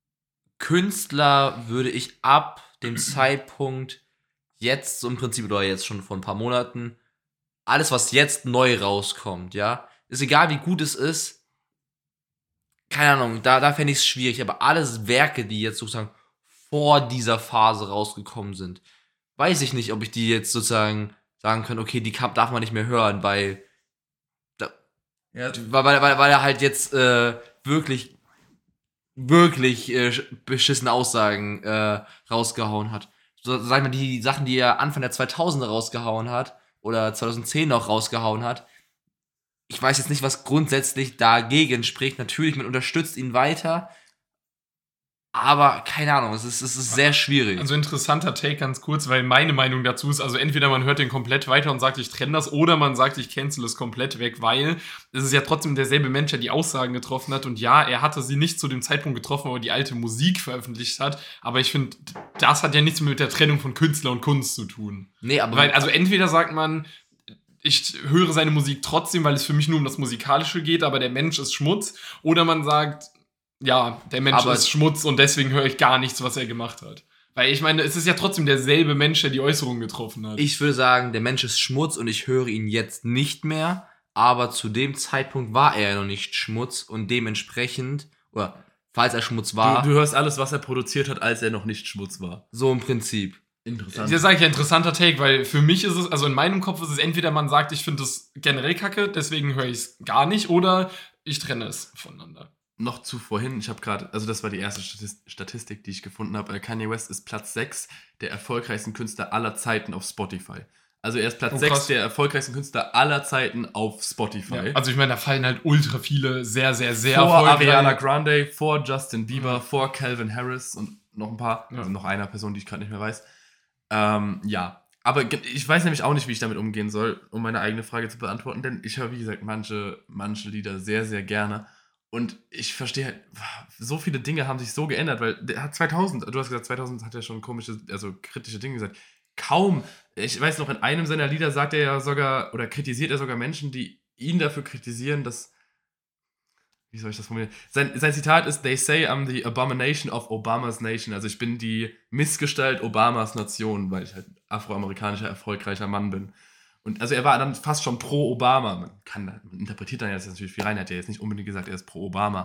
Künstler würde ich ab dem Zeitpunkt jetzt, so im Prinzip, oder jetzt schon vor ein paar Monaten, alles, was jetzt neu rauskommt, ja, ist egal, wie gut es ist, keine Ahnung, da, da fände ich es schwierig, aber alles Werke, die jetzt sozusagen vor dieser Phase rausgekommen sind, weiß ich nicht, ob ich die jetzt sozusagen sagen kann, okay, die kann, darf man nicht mehr hören, weil da, ja. weil, weil, weil er halt jetzt äh, wirklich wirklich äh, beschissene Aussagen äh, rausgehauen hat. So, sag ich mal, die Sachen, die er Anfang der zweitausender rausgehauen hat oder zweitausendzehn noch rausgehauen hat, ich weiß jetzt nicht, was grundsätzlich dagegen spricht. Natürlich, man unterstützt ihn weiter, aber keine Ahnung, es ist, es ist sehr schwierig. Also interessanter Take, ganz kurz, weil meine Meinung dazu ist, also entweder man hört den komplett weiter und sagt, ich trenne das, oder man sagt, ich cancel es komplett weg, weil es ist ja trotzdem derselbe Mensch, der die Aussagen getroffen hat, und ja, er hatte sie nicht zu dem Zeitpunkt getroffen, wo er die alte Musik veröffentlicht hat, aber ich finde, das hat ja nichts mehr mit der Trennung von Künstler und Kunst zu tun. Nee, aber... Weil, also entweder sagt man, ich höre seine Musik trotzdem, weil es für mich nur um das Musikalische geht, aber der Mensch ist Schmutz, oder man sagt, ja, der Mensch aber ist Schmutz und deswegen höre ich gar nichts, was er gemacht hat. Weil ich meine, es ist ja trotzdem derselbe Mensch, der die Äußerung getroffen hat. Ich würde sagen, der Mensch ist Schmutz und ich höre ihn jetzt nicht mehr, aber zu dem Zeitpunkt war er noch nicht Schmutz und dementsprechend, oder falls er Schmutz war... Du, du hörst alles, was er produziert hat, als er noch nicht Schmutz war. So im Prinzip. Interessant. Das sage ich ja, interessanter Take, weil für mich ist es, also in meinem Kopf ist es entweder man sagt, ich finde das generell kacke, deswegen höre ich es gar nicht, oder ich trenne es voneinander. Noch zu vorhin, ich habe gerade, also das war die erste Statistik, die ich gefunden habe. Kanye West ist Platz sechs der erfolgreichsten Künstler aller Zeiten auf Spotify. Also er ist Platz oh, sechs der erfolgreichsten Künstler aller Zeiten auf Spotify. Ja, also ich meine, da fallen halt ultra viele sehr, sehr, sehr vor erfolgreich. Vor Ariana Grande, vor Justin Bieber, mhm. vor Calvin Harris und noch ein paar, ja. also noch einer Person, die ich gerade nicht mehr weiß. Ähm, ja, aber ich weiß nämlich auch nicht, wie ich damit umgehen soll, um meine eigene Frage zu beantworten, denn ich höre, wie gesagt, manche, manche Lieder sehr, sehr gerne. Und ich verstehe halt, so viele Dinge haben sich so geändert, weil der hat zweitausend, du hast gesagt, zweitausend hat er schon komische, also kritische Dinge gesagt. Kaum. Ich weiß noch, in einem seiner Lieder sagt er ja sogar, oder kritisiert er sogar Menschen, die ihn dafür kritisieren, dass, wie soll ich das formulieren? Sein, sein Zitat ist, they say I'm the abomination of Obama's nation. Also ich bin die Missgestalt Obamas Nation, weil ich halt afroamerikanischer, erfolgreicher Mann bin. Und also er war dann fast schon pro Obama. Man kann, man interpretiert dann jetzt natürlich viel rein, er hat ja jetzt nicht unbedingt gesagt, er ist pro Obama.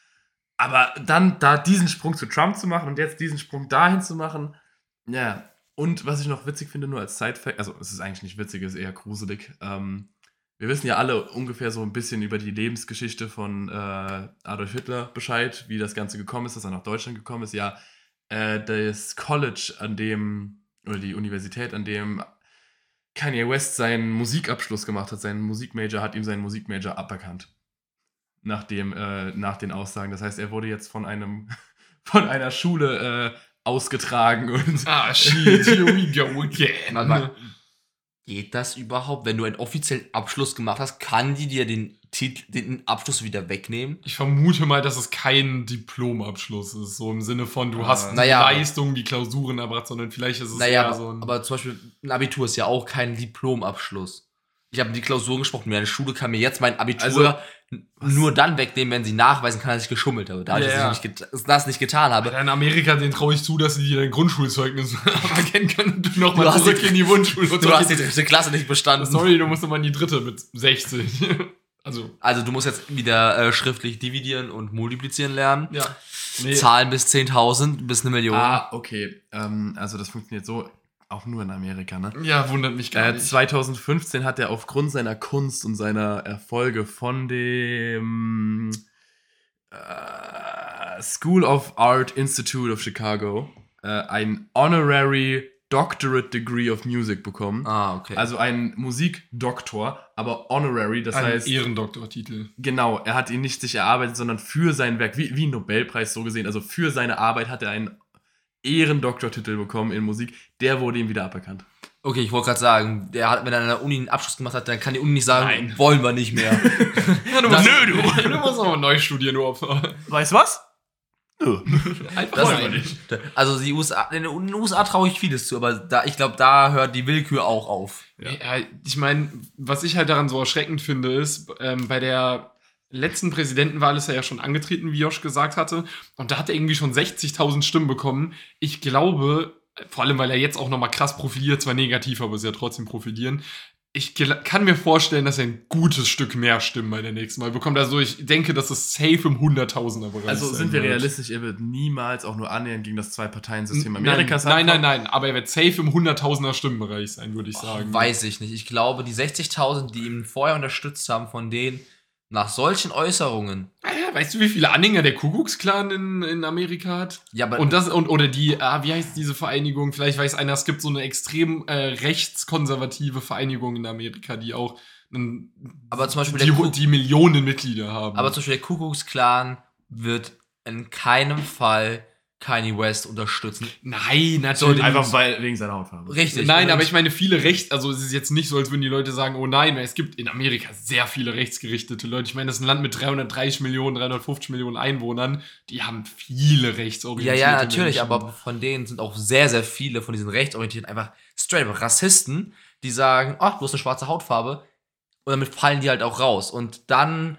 Aber dann da diesen Sprung zu Trump zu machen und jetzt diesen Sprung dahin zu machen, ja. Und was ich noch witzig finde, nur als Side-Fact, also es ist eigentlich nicht witzig, es ist eher gruselig. Ähm, wir wissen ja alle ungefähr so ein bisschen über die Lebensgeschichte von äh, Adolf Hitler Bescheid, wie das Ganze gekommen ist, dass er nach Deutschland gekommen ist. Ja, äh, das College, an dem, oder die Universität, an dem Kanye West seinen Musikabschluss gemacht hat, seinen Musikmajor, hat ihm seinen Musikmajor aberkannt. Nach, dem, äh, nach den Aussagen. Das heißt, er wurde jetzt von einem von einer Schule äh, ausgetragen und ah, shit, here we go again. geht das überhaupt? Wenn du einen offiziellen Abschluss gemacht hast, kann die dir den Titel, den Abschluss wieder wegnehmen? Ich vermute mal, dass es kein Diplomabschluss ist, so im Sinne von, du Ah, hast die naja, Leistung, die Klausuren erbracht, sondern vielleicht ist es Naja, eher aber, so ein... aber zum Beispiel ein Abitur ist ja auch kein Diplomabschluss. Ich habe die Klausuren gesprochen, meine Schule kann mir jetzt mein Abitur Also, n- nur dann wegnehmen, wenn sie nachweisen kann, dass ich geschummelt habe. Da ich Ja, das, ja. nicht get- das nicht getan habe. Aber in Amerika, den traue ich zu, dass sie dir dein Grundschulzeugnis erkennen können und du Du nochmal hast zurück die- in die Grundschule. Du hast die dritte Klasse nicht bestanden. Sorry, du musst nochmal in die dritte mit sechzig. Also, Also du musst jetzt wieder äh, schriftlich dividieren und multiplizieren lernen. ja. Nee. Zahlen bis zehntausend, bis eine Million. Ah, okay. Ähm, also das funktioniert so auch nur in Amerika, ne? Ja, wundert mich gar Äh, nicht. zwanzig fünfzehn hat er aufgrund seiner Kunst und seiner Erfolge von dem äh, School of Art Institute of Chicago äh, ein Honorary Doctorate Degree of Music bekommen. Ah, okay. Also ein Musikdoktor, aber Honorary, das Ein heißt, Ehrendoktortitel. genau, er hat ihn nicht sich erarbeitet, sondern für sein Werk, wie, wie ein Nobelpreis so gesehen, also für seine Arbeit hat er einen Ehrendoktortitel bekommen in Musik, der wurde ihm wieder aberkannt. okay, ich wollte gerade sagen, der hat, wenn er an der Uni einen Abschluss gemacht hat, dann kann die Uni nicht sagen, Nein. wollen wir nicht mehr. Ja, du Das- musst, nö, du. Du musst aber neu studieren, du Opfer. Weißt du was? Nö. Einfach Das wollen wir nicht. Also die U S A, in den U S A traue ich vieles zu, aber da, ich glaube, da hört die Willkür auch auf. Ja, ich meine, was ich halt daran so erschreckend finde, ist, ähm, bei der letzten Präsidentenwahl ist er ja schon angetreten, wie Josh gesagt hatte, und da hat er irgendwie schon sechzigtausend Stimmen bekommen. Ich glaube, vor allem, weil er jetzt auch nochmal krass profiliert, zwar negativ, aber ist ja trotzdem profilieren. Ich gel- kann mir vorstellen, dass er ein gutes Stück mehr Stimmen bei der nächsten Mal bekommt. Also ich denke, dass es safe im Hunderttausender-Bereich Also sein sind wir wird. realistisch, er wird niemals auch nur annähernd gegen das Zwei-Parteien-System Nein, Amerikas nein, nein, ankommen. nein, aber er wird safe im Hunderttausender-Stimmenbereich sein, würde ich sagen. Weiß ich nicht. Ich glaube, die sechzigtausend, die ihn vorher unterstützt haben, von denen nach solchen Äußerungen. Ja, weißt du, wie viele Anhänger der Kuckucksklan in, in Amerika hat? Ja, aber Und das, und, oder die, ah, wie heißt diese Vereinigung? Vielleicht weiß einer, es gibt so eine extrem äh, rechtskonservative Vereinigung in Amerika, die auch ähm, Aber zum Beispiel die, der Ku- die Millionen Mitglieder haben. Aber zum Beispiel der Kuckucksklan wird in keinem Fall Kanye West unterstützen. nein, natürlich. Einfach weil, wegen seiner Hautfarbe. Richtig. Nein, Und aber ich meine, viele Rechts, also es ist jetzt nicht so, als würden die Leute sagen, oh nein, weil es gibt in Amerika sehr viele rechtsgerichtete Leute. Ich meine, das ist ein Land mit dreihundertdreißig Millionen, dreihundertfünfzig Millionen Einwohnern, die haben viele Ja, rechtsorientierte ja, natürlich, Menschen. aber von denen sind auch sehr, sehr viele von diesen rechtsorientierten einfach straight up Rassisten, die sagen, ach, du hast eine schwarze Hautfarbe. Und damit fallen die halt auch raus. Und dann,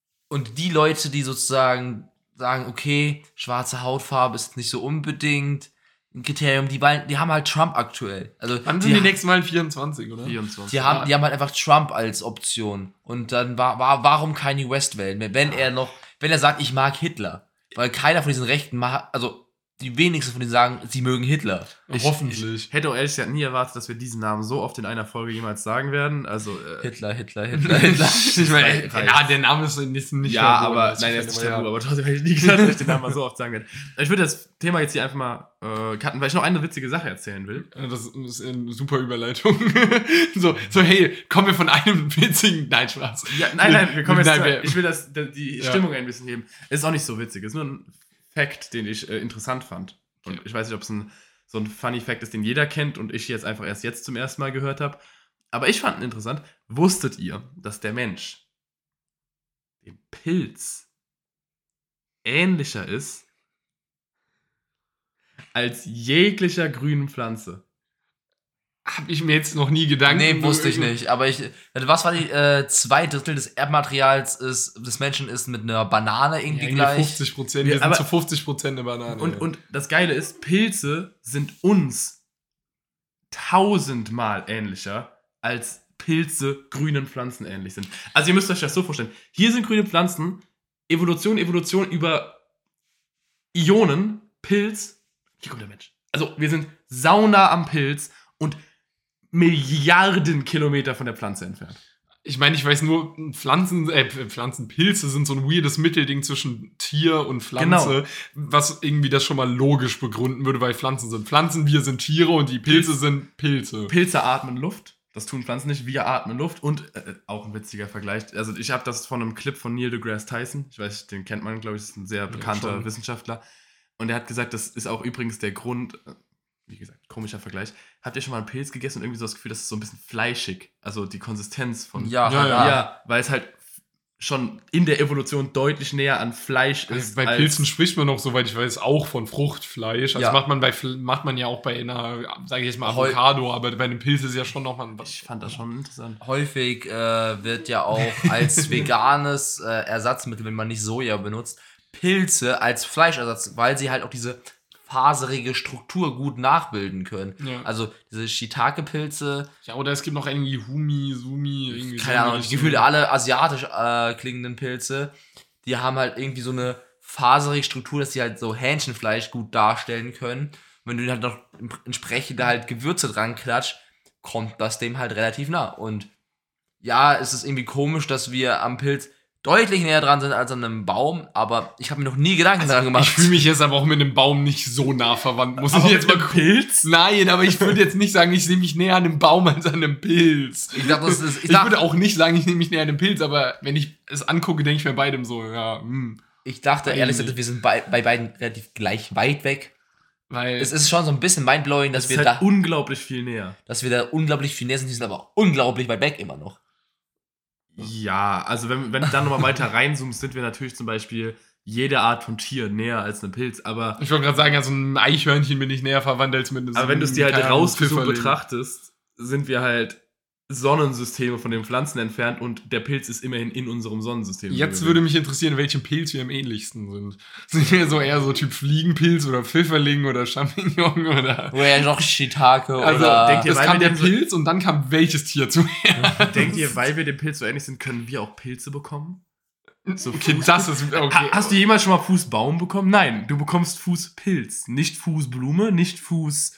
und die Leute, die sozusagen sagen, okay, schwarze Hautfarbe ist nicht so unbedingt ein Kriterium, die, wollen- die haben halt Trump aktuell. Also, Wann die, sind die nächsten Mal vierundzwanzig, oder? vierundzwanzig. die, haben, die haben halt einfach Trump als Option. Und dann war, war warum Kanye West wählen? Wenn er noch, wenn er sagt, ich mag Hitler. Weil keiner von diesen Rechten mag, also die wenigsten von denen sagen, sie mögen Hitler. Ich, Hoffentlich. Ich hätte auch ehrlich gesagt nie erwartet, dass wir diesen Namen so oft in einer Folge jemals sagen werden. Also, äh, Hitler, Hitler, Hitler, Hitler. Ich meine, Reicht. ja, der Name ist nicht, nicht ja, verboten, aber, das nein, er ist ist nicht ja- tabu, aber trotzdem hätte ich nie gesagt, dass ich den Namen mal so oft sagen werde. Ich würde das Thema jetzt hier einfach mal äh, cutten, weil ich noch eine witzige Sache erzählen will. Ja, Das ist eine super Überleitung. so, so, hey, kommen wir von einem witzigen. Nein, Spaß. Ja, nein, nein, wir kommen jetzt Nein, zu, wir- ich will das, die Ja. Stimmung ein bisschen heben. Es ist auch nicht so witzig, es ist nur ein Fact, den ich äh, interessant fand. Und ich weiß nicht, ob es ein, so ein Funny Fact ist, den jeder kennt und ich jetzt einfach erst jetzt zum ersten Mal gehört habe. Aber ich fand ihn interessant. Wusstet ihr, dass der Mensch dem Pilz ähnlicher ist als jeglicher grünen Pflanze? Hab ich mir jetzt noch nie Gedanken. Nee, wusste ich nicht. Aber ich, was war die, äh, zwei Drittel des Erbmaterials ist, des Menschen ist mit einer Banane Ja, irgendwie irgendwie gleich. fünfzig Prozent. Ja, Wir sind aber- zu fünfzig Prozent eine Banane. Und, ja. und das Geile ist, Pilze sind uns tausendmal ähnlicher, als Pilze grünen Pflanzen ähnlich sind. Also ihr müsst euch das so vorstellen. Hier sind grüne Pflanzen, Evolution, Evolution über Ionen, Pilz, hier kommt der Mensch. Also wir sind saunah am Pilz und Milliarden Kilometer von der Pflanze entfernt. Ich meine, ich weiß nur, Pflanzen, äh, Pflanzenpilze sind so ein weirdes Mittelding zwischen Tier und Pflanze, was irgendwie das schon mal logisch begründen würde, weil Pflanzen sind Pflanzen, wir sind Tiere und die Pilze Pilz- sind Pilze. Pilze atmen Luft. Das tun Pflanzen nicht. Wir atmen Luft. Und äh, auch ein witziger Vergleich. Also ich habe das von einem Clip von Neil deGrasse Tyson. Ich weiß, den kennt man, glaube ich, ist ein sehr bekannter schon. Wissenschaftler. Und er hat gesagt, das ist auch übrigens der Grund, äh, wie gesagt, komischer Vergleich. Habt ihr schon mal einen Pilz gegessen und irgendwie so das Gefühl, das ist so ein bisschen fleischig? Also die Konsistenz von... Ja, Ja, ja. ja, weil es halt schon in der Evolution deutlich näher an Fleisch ist. Bei Pilzen spricht man noch, soweit ich weiß, auch von Fruchtfleisch. Also Ja. macht man bei macht man ja auch bei einer, sage ich jetzt mal, Heu- Avocado, aber bei einem Pilz ist ja schon noch mal was. Ich fand das schon interessant. Häufig äh, wird ja auch als veganes äh, Ersatzmittel, wenn man nicht Soja benutzt, Pilze als Fleischersatz, weil sie halt auch diese faserige Struktur gut nachbilden können. Ja. Also diese Shiitake-Pilze, Ja, oder es gibt noch irgendwie Humi, Sumi, irgendwie so keine Ahnung, in die die gefühlt Richtung. alle asiatisch äh, klingenden Pilze, die haben halt irgendwie so eine faserige Struktur, dass die halt so Hähnchenfleisch gut darstellen können. Und wenn du halt noch entsprechend halt Gewürze dran klatscht, kommt das dem halt relativ nah. Und ja, es ist irgendwie komisch, dass wir am Pilz deutlich näher dran sind als an einem Baum, aber ich habe mir noch nie Gedanken daran gemacht. Ich fühle mich jetzt aber auch mit einem Baum nicht so nah verwandt. Muss Aber ich jetzt mit mal einem Pilz? Nein, aber ich würde jetzt nicht sagen, ich sehe mich näher an einem Baum als an einem Pilz. Ich dachte, das ist. Ich, Ich dachte, würde auch nicht sagen, ich nehme mich näher an einem Pilz, aber wenn ich es angucke, denke ich mir beidem so, ja, hm. ich dachte ehrlich Eigentlich. gesagt, wir sind bei, bei beiden relativ gleich weit weg. Weil Es ist schon so ein bisschen mindblowing, dass Das wir ist halt da, unglaublich viel näher. dass wir da unglaublich viel näher sind, die sind aber unglaublich weit weg immer noch. Ja, also wenn, wenn du dann nochmal weiter reinzoomst, sind wir natürlich zum Beispiel jede Art von Tier näher als ein Pilz, aber, ich wollte gerade sagen, also ein Eichhörnchen bin ich näher verwandt als mit einem aber wenn du es dir halt keine Ahnung, rausgesucht Pfifferling. betrachtest, sind wir halt Sonnensysteme von den Pflanzen entfernt und der Pilz ist immerhin in unserem Sonnensystem. Jetzt würde mich interessieren, welchem Pilz wir am ähnlichsten sind. Sind wir so eher so Typ Fliegenpilz oder Pfifferling oder Champignon oder... Oder ja noch Shiitake Also, oder. denkt ihr, es weil kam wir der den so- Pilz und dann kam welches Tier zuerst. Denkt ihr, weil wir dem Pilz so ähnlich sind, können wir auch Pilze bekommen? So Okay, Fuß- das ist... Okay. Ha, hast du jemals schon mal Fußbaum bekommen? Nein, du bekommst Fußpilz, nicht Fußblume, nicht Fuß...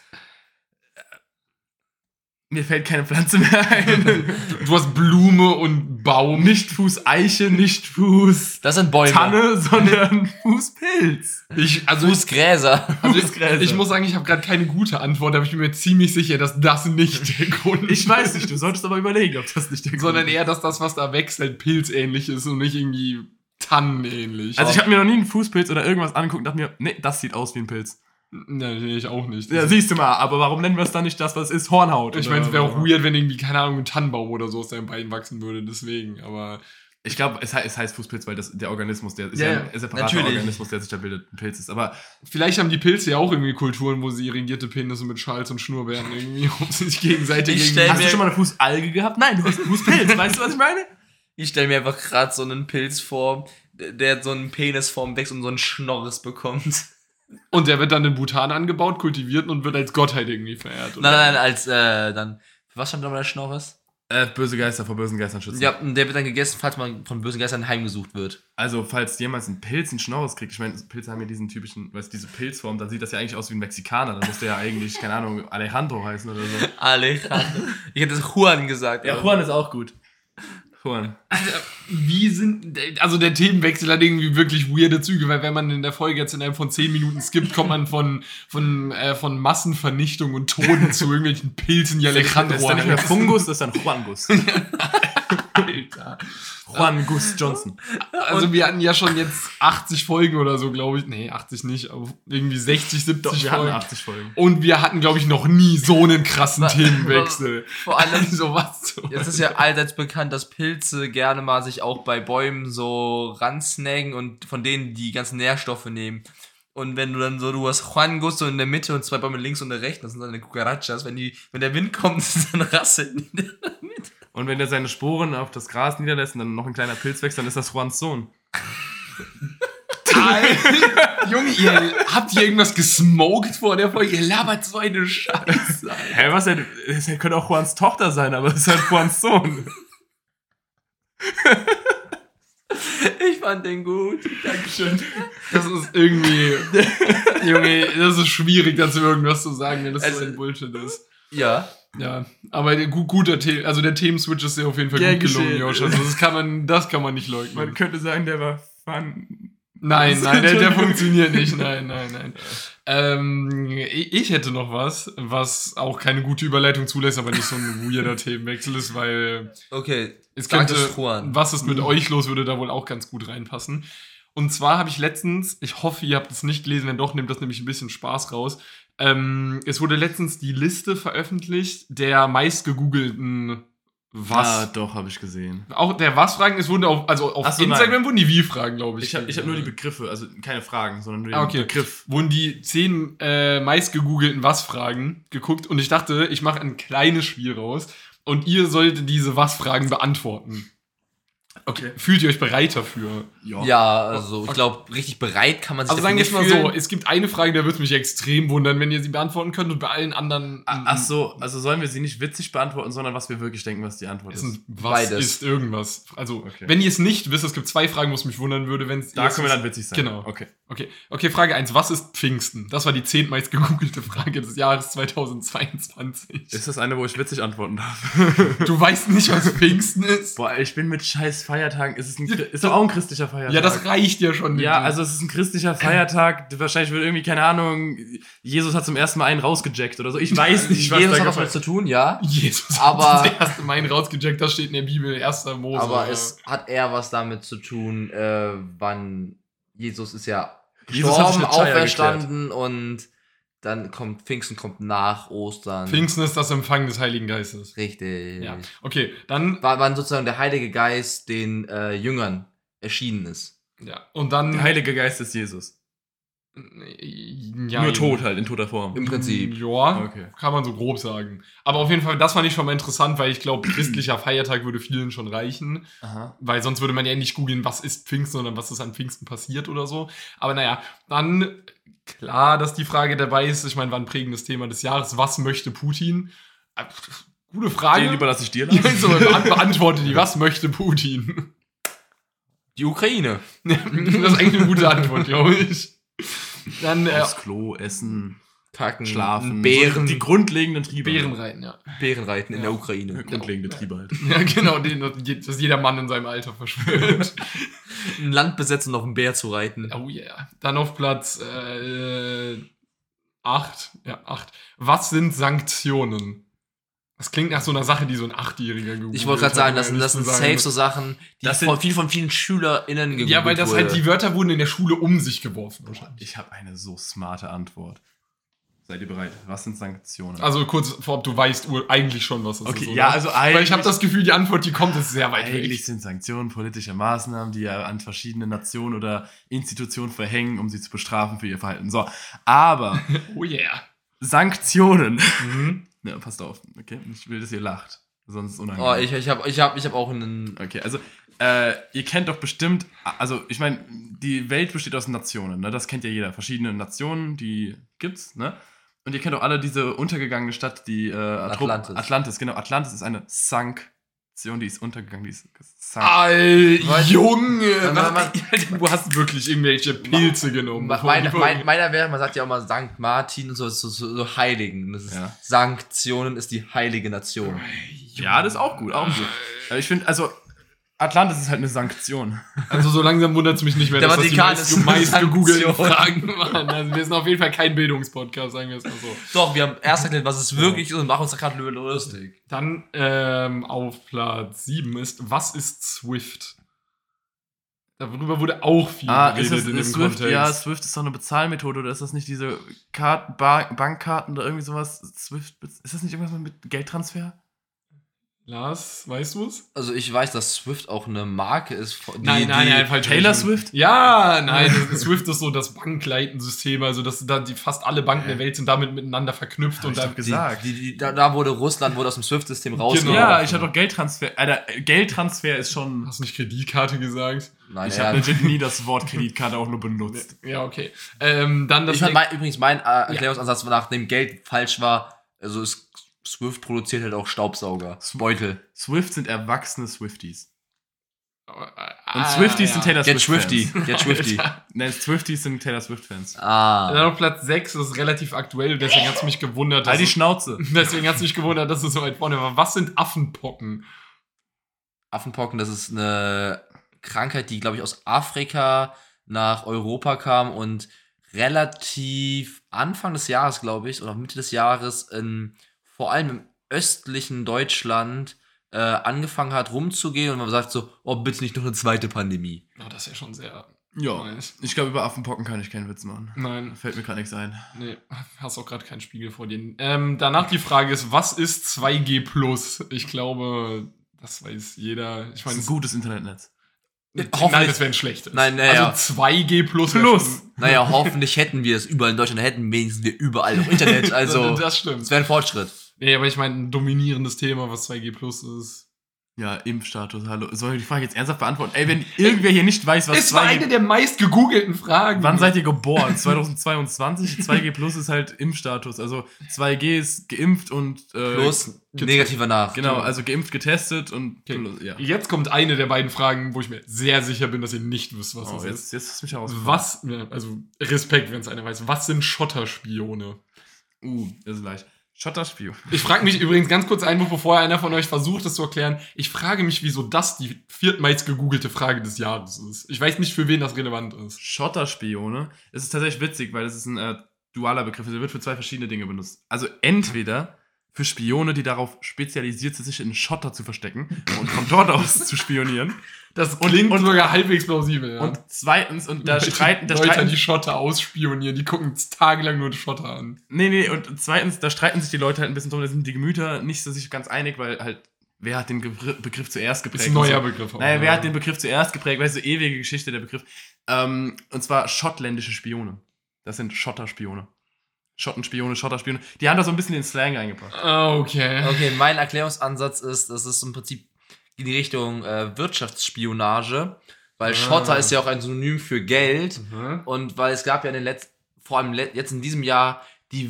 Mir fällt keine Pflanze mehr ein. Du hast Blume und Baum. Nicht Fuß Eiche, nicht Fuß Das sind Bäume. Tanne, sondern Fußpilz. Ich, also ich, Fußgräser. also Fußgräser. ich muss sagen, ich habe gerade keine gute Antwort, aber ich bin mir ziemlich sicher, dass das nicht der Grund Ich weiß nicht, du solltest aber überlegen, ob das nicht der Grund sondern ist. eher, dass das, was da wächst, halt pilzähnlich ist und nicht irgendwie tannenähnlich. Also ich habe mir noch nie einen Fußpilz oder irgendwas angeguckt und dachte mir, nee, das sieht aus wie ein Pilz. Nee, ich auch nicht. Ja, siehst du mal, aber warum nennen wir es dann nicht das, was es ist? Hornhaut. Ich oder- meine, es wäre auch weird, wenn irgendwie, keine Ahnung, ein Tannenbaum oder so aus deinem Bein wachsen würde, deswegen, aber... Ich glaube, es, he- es heißt Fußpilz, weil das der Organismus, der ist Ja, ja, ja, ein separater natürlich. Organismus, der sich da bildet, ein Pilz ist. Aber Vielleicht haben die Pilze ja auch irgendwie Kulturen, wo sie irrigierte Penisse mit Schals und Schnurrbärten irgendwie, um sich gegenseitig... Ich irgendwie- stell hast du mir- schon mal eine Fußalge gehabt? Nein, du hast einen Fußpilz. Weißt du, was ich meine? Ich stelle mir einfach gerade so einen Pilz vor, der so einen Penisform wächst und so einen Schnorres bekommt. Und der wird dann in Bhutan angebaut, kultiviert und wird als Gottheit irgendwie verehrt. Nein, nein, nein, als, äh, dann, was stand da mal der Schnorres? Äh, böse Geister vor bösen Geistern schützen. Ja, und der wird dann gegessen, falls man von bösen Geistern heimgesucht wird. Also, falls jemals ein Pilz einen Schnorres kriegt, ich meine, Pilze haben ja diesen typischen, weißt du, diese Pilzform, dann sieht das ja eigentlich aus wie ein Mexikaner. Dann muss der ja eigentlich, keine Ahnung, Alejandro heißen oder so. Alejandro. Ich hätte es Juan gesagt. Ja, aber- Juan ist auch gut. Juan. Wie sind, also der Themenwechsel hat irgendwie wirklich weirde Züge, weil wenn man in der Folge jetzt innerhalb von zehn Minuten skippt, kommt man von, von, äh, von Massenvernichtung und Toten zu irgendwelchen Pilzen, die Das ist dann Alejandro nicht mehr heißen. Fungus, das ist dann Juangus. Alter. Juan Gus Johnson. Also wir hatten ja schon jetzt achtzig Folgen oder so, glaube ich. Nee, achtzig nicht, aber irgendwie sechzig, siebzig Doch, wir hatten Folgen. achtzig Folgen. Und wir hatten, glaube ich, noch nie so einen krassen Themenwechsel. Vor allem, So was. So. jetzt ist ja allseits bekannt, dass Pilze gerne mal sich auch bei Bäumen so ransnacken und von denen die ganzen Nährstoffe nehmen. Und wenn du dann so, du hast Juan Gus so in der Mitte und zwei Bäume links und rechts, das sind deine Cucarachas, wenn die, wenn der Wind kommt, dann rasseln die in der Mitte. Und wenn der seine Sporen auf das Gras niederlässt und dann noch ein kleiner Pilz wächst, dann ist das Juans Sohn. Junge, ihr habt ihr irgendwas gesmoked vor der Folge? Ihr labert so eine Scheiße. Hä, was denn? Es könnte auch Juans Tochter sein, aber es ist halt Juans Sohn. Ich fand den gut. Dankeschön. Das ist irgendwie... Junge, das ist schwierig, dazu irgendwas zu sagen, wenn das Also- so ein Bullshit ist. Ja. Ja, aber der, gu- guter The also der Themenswitch ist ja auf jeden Fall Gern gut gelungen, geschehen. Josh. Also das kann man, das kann man nicht leugnen. Man könnte sagen, der war fun. Nein, nein, der, der funktioniert nicht. Nein, nein, nein. Ähm, ich ich hätte noch was, was auch keine gute Überleitung zulässt, aber nicht so ein weirder Themenwechsel ist, weil Okay. es Sag könnte, es, Juan. was ist mit euch los, würde da wohl auch ganz gut reinpassen. Und zwar habe ich letztens, ich hoffe, ihr habt es nicht gelesen, wenn doch, nimmt das nämlich ein bisschen Spaß raus. Ähm, es wurde letztens die Liste veröffentlicht der meistgegoogelten Was. Ah, doch, habe ich gesehen. Auch der Was-Fragen, es wurden auf, also auf Ach so, Instagram nein. wurden die Wie-Fragen, glaube ich. Ich habe ich hab nur die Begriffe, also keine Fragen, sondern nur den Ah, okay. Begriff. Wurden die zehn äh, meistgegoogelten Was-Fragen geguckt und ich dachte, ich mache ein kleines Spiel raus und ihr solltet diese Was-Fragen beantworten. Okay. Fühlt ihr euch bereit dafür? Ja, also ich glaube, richtig bereit kann man sich Also sagen wir jetzt dafür mal nicht so, fühlen. es gibt eine Frage, da würde es mich extrem wundern, wenn ihr sie beantworten könnt und bei allen anderen Ach ach so, also sollen wir sie nicht witzig beantworten, sondern was wir wirklich denken, was die Antwort ist ist. ein Was Beides. ist irgendwas. Also, Okay. wenn ihr es nicht wisst, es gibt zwei Fragen, wo es mich wundern würde, wenn es Da können wir dann witzig sein. Genau. Okay. Okay, okay, Frage eins. Was ist Pfingsten? Das war die zehntmeist gegoogelte Frage des Jahres zweitausendzweiundzwanzig. Ist das eine, wo ich witzig antworten darf? Du weißt nicht, was Pfingsten ist? Boah, ich bin mit scheiß Feiertagen. Ist es ein, Chri- ist doch auch ein christlicher Feiertag. Ja, das reicht ja schon. Ja, also es ist ein christlicher Feiertag. Wahrscheinlich wird irgendwie, keine Ahnung, Jesus hat zum ersten Mal einen rausgejackt oder so. Ich weiß nicht, was Jesus da hat was damit gefallen zu tun, ja. Jesus Aber- hat das erste Mal einen rausgejackt, das steht in der Bibel, erster Mose. Aber es hat eher was damit zu tun, äh, wann Jesus ist ja Jesus hat sich gestorben, mit Chaya auferstanden und dann kommt Pfingsten kommt nach Ostern. Pfingsten ist das Empfangen des Heiligen Geistes. Richtig. Ja, okay, dann, War, wann sozusagen der Heilige Geist den äh, Jüngern erschienen ist. ja, und dann... Der Heilige Geist ist Jesus. ja, Nur tot halt, in toter Form. Im Prinzip. Ja, Okay. kann man so grob sagen. Aber auf jeden Fall, das fand ich schon mal interessant, weil ich glaube, christlicher Feiertag würde vielen schon reichen. Aha. Weil sonst würde man ja nicht googeln, was ist Pfingsten, sondern was ist an Pfingsten passiert oder so. Aber naja, dann klar, dass die Frage dabei ist. Ich meine, war ein prägendes Thema des Jahres. Was möchte Putin? Äh, Gute Frage. Den überlasse ich dir, Ja, Lars. so, beant- beantworte die. Was möchte Putin? Die Ukraine. Das ist eigentlich eine gute Antwort, glaube ich. Dann äh, Aufs Klo, essen, Kacken, schlafen. Bären, So die grundlegenden Triebe. Bären reiten, ja. Bären reiten in Ja. der Ukraine. Grundlegende Triebe halt. Ja, genau, den, das jeder Mann in seinem Alter verschwört. Ein Land besetzen und auf einen Bär zu reiten. Oh yeah. Dann auf Platz äh, acht. Ja, acht. Was sind Sanktionen? Das klingt nach so einer Sache, die so ein Achtjähriger gegoogelt Ich wollte gerade hat, sagen, um das sind, ehrlich das zu sind sein. safe so Sachen, die Das sind- von, viel von vielen SchülerInnen gegoogelt Ja, weil das halt, wurde. die Wörter wurden in der Schule um sich geworfen wahrscheinlich. Ich habe eine so smarte Antwort. Seid ihr bereit? Was sind Sanktionen? Also kurz vorab, du weißt ur- eigentlich schon, was das okay, ist, oder? ja, also eigentlich, Weil ich habe das Gefühl, die Antwort, die kommt, ist sehr weit eigentlich weg. sind Sanktionen politische Maßnahmen, die ja an verschiedene Nationen oder Institutionen verhängen, um sie zu bestrafen für ihr Verhalten. So, aber Oh yeah. Sanktionen. Mhm. Ja, passt auf, okay? Ich will, dass ihr lacht. Sonst ist es Oh, unangenehm. ich, ich habe ich hab, ich hab auch einen. Okay, also äh, ihr kennt doch bestimmt, also ich meine, die Welt besteht aus Nationen, ne? Das kennt ja jeder. Verschiedene Nationen, die gibt's, ne? Und ihr kennt auch alle diese untergegangene Stadt, die äh, Atro- Atlantis. Atlantis, genau. Atlantis ist eine Sanktion, die ist untergegangen, die ist gesank. Al, Was? Junge! Man- Was, man- du hast wirklich irgendwelche Pilze genommen. Me- bevor Meine, die- mein, meiner wäre, man sagt ja auch mal Sankt Martin und so, so, so, so Heiligen. Das ist Ja. Sanktionen ist die heilige Nation. Ja, das ist auch gut, auch gut. Aber ich finde, also Atlantis ist halt eine Sanktion. Also so langsam wundert es mich nicht mehr, Der dass das die Vatikan meist, ist eine meist gegoogelten Sanktion. Fragen waren. Also wir sind auf jeden Fall kein Bildungspodcast, sagen wir es mal so. Doch, wir haben erst erklärt, was es wirklich ist und machen uns da gerade lustig. Dann ähm, auf Platz sieben ist, was ist Swift? Darüber wurde auch viel Ah, ist geredet das in dem ist Swift? Kontext. Ja, Swift ist doch eine Bezahlmethode, oder ist das nicht diese Karten, Bar Bankkarten oder irgendwie sowas? Swift, ist das nicht irgendwas mit Geldtransfer? Lars, weißt du es? Also ich weiß, dass Swift auch eine Marke ist. Die, Nein, nein, die, nein, falsch. Taylor Richtung. Swift? Ja, nein, das- Swift ist so das Bankleitensystem, also dass da die fast alle Banken der Welt sind damit miteinander verknüpft Hab und ich da doch gesagt. Die, die, da, da wurde Russland wurde aus dem Swift-System Genau. rausgeworfen. Ja, ich habe doch Geldtransfer. Alter, Geldtransfer ist schon. Hast du nicht Kreditkarte gesagt? Nein, Ich ja. habe legit nie das Wort Kreditkarte auch nur benutzt. Ja, okay. Ähm, dann das Ich fand mein, übrigens mein äh, Erklärungsansatz, nachdem Geld falsch war, also es, Swift produziert halt auch Staubsauger, Beutel. Swift sind erwachsene Swifties. Und ah, Swifties ja. sind Taylor Get Swift. Swifty, Fans. get Swifty. Nein, Swifties sind Taylor Swift Fans. Ah. Dann auf Platz sechs, das ist relativ aktuell, deswegen hat es mich gewundert, dass Halt die es, Schnauze. deswegen hat's mich gewundert, dass es so weit vorne war. Was sind Affenpocken? Affenpocken, das ist eine Krankheit, die, glaube ich, aus Afrika nach Europa kam und relativ Anfang des Jahres, glaube ich, oder Mitte des Jahres in, vor allem im östlichen Deutschland äh, angefangen hat rumzugehen und man sagt so, oh, bitte nicht noch eine zweite Pandemie. Oh, das ist ja schon sehr Ja, Nice. ich glaube, über Affenpocken kann ich keinen Witz machen. Nein, Fällt mir gerade nichts ein. nee, hast auch gerade keinen Spiegel vor dir. Ähm, danach die Frage ist, was ist zwei G plus? Ich glaube, das weiß jeder. Ich Das meine, ist ein gutes Internetnetz. Hoffentlich- nein, das wäre ein schlechtes. Nein, naja. Also zwei G plus. wär Plus. schon- Naja, hoffentlich hätten wir es überall in Deutschland, dann hätten wenigstens wir überall noch Internet. Also, das stimmt. das wäre ein Fortschritt. Nee, aber ich meine, ein dominierendes Thema, was zwei G plus ist. Ja, Impfstatus, hallo. Sollen wir die Frage jetzt ernsthaft beantworten? Ey, wenn irgendwer hier nicht weiß, was Es war zwei G... eine der meist gegoogelten Fragen. Wann seid ihr geboren? zweitausendzweiundzwanzig? zwei G plus ist halt Impfstatus. Also zwei G ist geimpft und... Äh, Plus negativer nach. Genau, also geimpft, getestet und... Okay. Plus, ja. Jetzt kommt eine der beiden Fragen, wo ich mir sehr sicher bin, dass ihr nicht wisst, was Oh, das jetzt, ist. jetzt hast du mich herausgefordert. Was, ja, also Respekt, wenn es einer weiß. Was sind Schotterspione? Uh, das ist leicht. Schotterspiel. Ich frage mich übrigens ganz kurz ein, bevor einer von euch versucht, das zu erklären. Ich frage mich, wieso das die viertmeist gegoogelte Frage des Jahres ist. Ich weiß nicht, für wen das relevant ist. Schotterspione. Es ist tatsächlich witzig, weil es ist ein äh, dualer Begriff. Er wird für zwei verschiedene Dinge benutzt. Also entweder für Spione, die darauf spezialisiert sind, sich in Schotter zu verstecken und von dort aus zu spionieren. Das klingt und- sogar halbwegs plausibel, ja. Und zweitens, und da Leute, streiten, da Leute, streiten die Schotter ausspionieren, die gucken tagelang nur Schotter an. Nee, nee, und zweitens, da streiten sich die Leute halt ein bisschen drum, da sind die Gemüter nicht so sich ganz einig, weil halt, wer hat den Gebr- Begriff zuerst geprägt? Ist ein neuer und so. Begriff. auch, Naja, wer ja. hat den Begriff zuerst geprägt? Weißt du, ewige Geschichte der Begriff. Ähm, und zwar schottländische Spione. Das sind Schotterspione. Schottenspione, Schotterspione. Die haben da so ein bisschen den Slang reingebracht. Ah, okay. Okay, mein Erklärungsansatz ist, das ist im Prinzip in die Richtung äh, Wirtschaftsspionage, weil Ah. Schotter ist ja auch ein Synonym für Geld Mhm. und weil es gab ja in den letzten, vor allem le- jetzt in diesem Jahr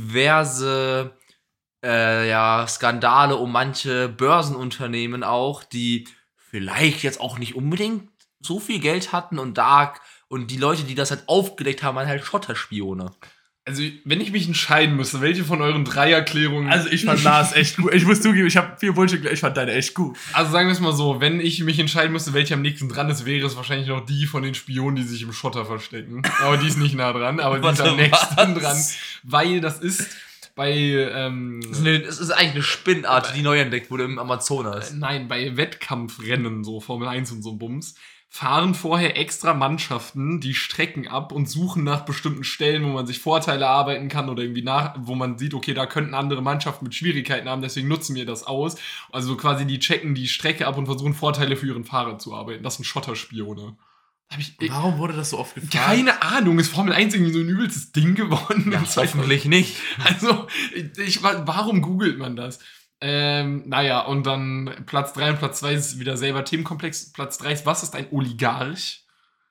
diverse äh, ja, Skandale um manche Börsenunternehmen auch, die vielleicht jetzt auch nicht unbedingt so viel Geld hatten und da und die Leute, die das halt aufgedeckt haben, waren halt Schotterspione. Also, wenn ich mich entscheiden müsste, welche von euren drei Erklärungen. Also ich fand Lars echt gut. Ich muss zugeben, ich habe viel Bullshit, ich fand deine echt gut. Also sagen wir es mal so, wenn ich mich entscheiden müsste, welche am nächsten dran ist, wäre es wahrscheinlich noch die von den Spionen, die sich im Schotter verstecken. Aber die ist nicht nah dran, aber die ist Warte, am nächsten was? dran. Weil das ist bei, ähm, Das ist, eine, es ist eigentlich eine Spinnart, die neu entdeckt wurde im Amazonas. nein, bei Wettkampfrennen, so Formel eins und so Bums, fahren vorher extra Mannschaften die Strecken ab und suchen nach bestimmten Stellen, wo man sich Vorteile erarbeiten kann oder irgendwie nach, wo man sieht, okay, da könnten andere Mannschaften mit Schwierigkeiten haben, deswegen nutzen wir das aus. Also quasi die checken die Strecke ab und versuchen Vorteile für ihren Fahrer zu arbeiten. Das sind Schotterspione. Hab ich, ich Warum wurde das so oft gefragt? keine Ahnung, ist Formel eins irgendwie so ein übelstes Ding geworden? Ja, hoffentlich nicht. Also, ich, ich, warum googelt man das? Ähm, naja, und dann Platz drei und Platz zwei ist wieder selber Themenkomplex. Platz drei ist, was ist ein Oligarch?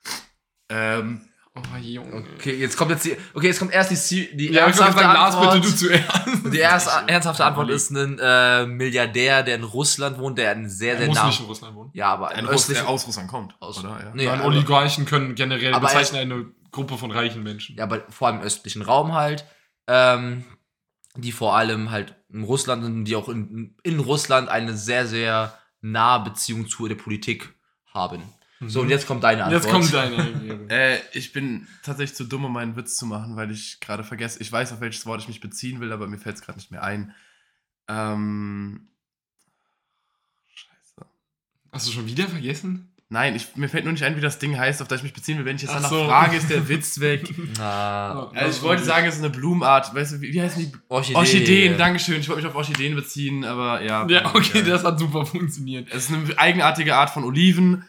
Ähm, Oh, Junge. Okay, jetzt kommt jetzt die, okay, jetzt kommt erst die, Si- die Ja, ich würde ernsthafte sagen, Lars, Antwort. bitte du zuerst. Die erste ernsthafte Antwort ist ein äh, Milliardär, der in Russland wohnt, der einen sehr, Er sehr muss nah... nicht in Russland wohnen. Ja, aber ein im Russ, östlichen... der aus Russland kommt, Aus- oder? Ja. Nee, Nein, aber- Oligarchen können generell Aber er- bezeichnen eine Gruppe von reichen Menschen. Ja, aber vor allem im östlichen Raum halt, ähm, die vor allem halt in Russland sind, die auch in, in Russland eine sehr, sehr nahe Beziehung zu der Politik haben. So, und jetzt kommt deine Antwort. Jetzt kommt deine Erklärung. Äh, ich bin tatsächlich zu dumm, um meinen Witz zu machen, weil ich gerade vergesse, ich weiß, auf welches Wort ich mich beziehen will, aber mir fällt es gerade nicht mehr ein. Ähm. Scheiße. Hast du schon wieder vergessen? Nein, ich, mir fällt nur nicht ein, wie das Ding heißt, auf das ich mich beziehen will. Wenn ich jetzt Ach danach so. frage, ist der Witz weg. Na, Also ich wollte sagen, es ist eine Blumenart. Weißt du, wie, wie heißen die? Orchidee. Orchideen, dankeschön. Ich wollte mich auf Orchideen beziehen, aber ja. Ja, okay, ja. das hat super funktioniert. Es ist eine eigenartige Art von Oliven.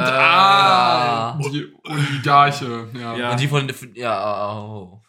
ah, ah. die Oligarche. Ja. Ja. Und die von, ja, oh.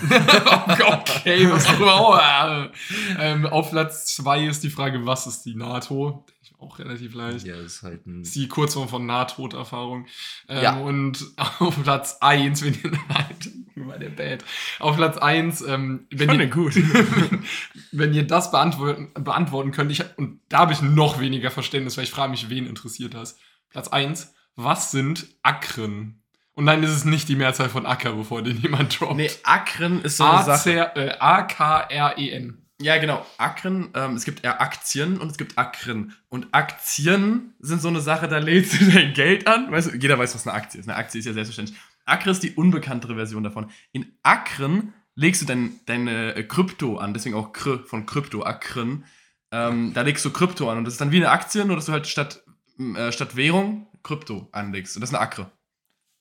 Okay, was auch immer. Ähm, auf Platz zwei ist die Frage, was ist die NATO? Auch relativ leicht. Ja, das ist halt ein... Das ist die Kurzform von Nahtoderfahrung. Ähm, Ja. Und auf Platz eins, wenn ihr halt, war der Bad. Auf Platz eins, ähm, wenn, Fand ihr, den gut. wenn ihr das beantworten, beantworten könnt, ich, und da habe ich noch weniger Verständnis, weil ich frage mich, wen interessiert das. Platz eins, was sind Akren? Und nein, das ist nicht die Mehrzahl von Acker, bevor den jemand droppt. Nee, Akren ist so eine Sache. A K R E N. Ja, genau. Akren, ähm, es gibt eher Aktien und es gibt Akren. Und Aktien sind so eine Sache, da lädst du dein Geld an. Weißt du, jeder weiß, was eine Aktie ist. Eine Aktie ist ja selbstverständlich. Akre ist die unbekanntere Version davon. In Akren legst du dein, deine äh, Krypto an, deswegen auch Kr von Krypto, Akren. Ähm, da legst du Krypto an und das ist dann wie eine Aktie, nur dass du halt statt, äh, statt Währung Krypto anlegst. Und das ist eine Akre.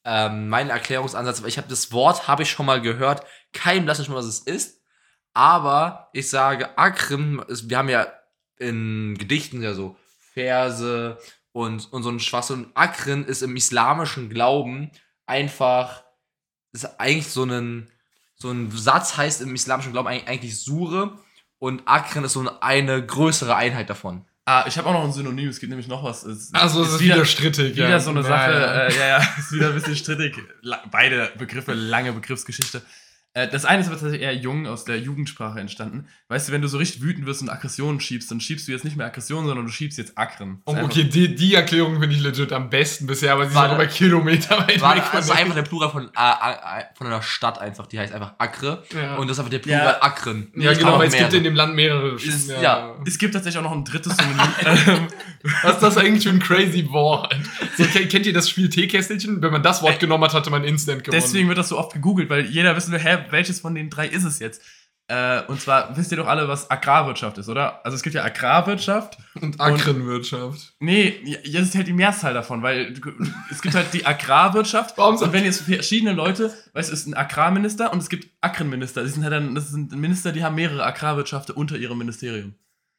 ähm, mein Erklärungsansatz, weil ich habe das Wort, habe ich schon mal gehört, keinem lasse ich mal, was es ist, aber ich sage, Akren, ist, wir haben ja in Gedichten ja so Verse und, und so ein Schwachsinn. Akren ist im islamischen Glauben einfach, ist eigentlich so ein, so ein Satz heißt im islamischen Glauben eigentlich Sure und Akren ist so eine größere Einheit davon. Ah, ich habe auch noch ein Synonym, es gibt nämlich noch was. Es, Also es ist wieder, wieder strittig. Wieder ja. so eine ja, Sache, ja. Äh, ja, ja, ist wieder ein bisschen strittig. La- beide Begriffe, lange Begriffsgeschichte. Äh, das eine ist aber tatsächlich eher jung, aus der Jugendsprache entstanden. Weißt du, wenn du so richtig wütend wirst und Aggressionen schiebst, dann schiebst du jetzt nicht mehr Aggressionen, sondern du schiebst jetzt Akren. Oh, okay, die, die Erklärung finde ich legit am besten bisher, aber sie ist auch über Kilometer weit War weg. das also einfach der Plural von, äh, äh, von einer Stadt einfach, die heißt einfach Akre. Ja. Und das ist einfach der Plural Ja. Akren. Ja, Nicht genau, auch weil es mehrere. gibt in dem Land mehrere. Ist- ja. ja. Es gibt tatsächlich auch noch ein drittes Synonym. Was ist das eigentlich für ein crazy Wort? So, kennt kennt ihr das Spiel Teekesselchen? Wenn man das Wort genommen hat, hatte man instant gewonnen. Deswegen wird das so oft gegoogelt, weil jeder wissen will, hä, welches von den drei ist es jetzt? Äh, und zwar wisst ihr doch alle, was Agrarwirtschaft ist, oder? Also es gibt ja Agrarwirtschaft. Und Akrenwirtschaft. Nee, ja, das ist halt die Mehrzahl davon, weil du, es gibt halt die Agrarwirtschaft. Warum Und wenn jetzt verschiedene Leute, weißt du, es ist ein Agrarminister und es gibt Akrenminister. Die sind halt dann, das sind Minister, die haben mehrere Agrarwirtschaften unter ihrem Ministerium.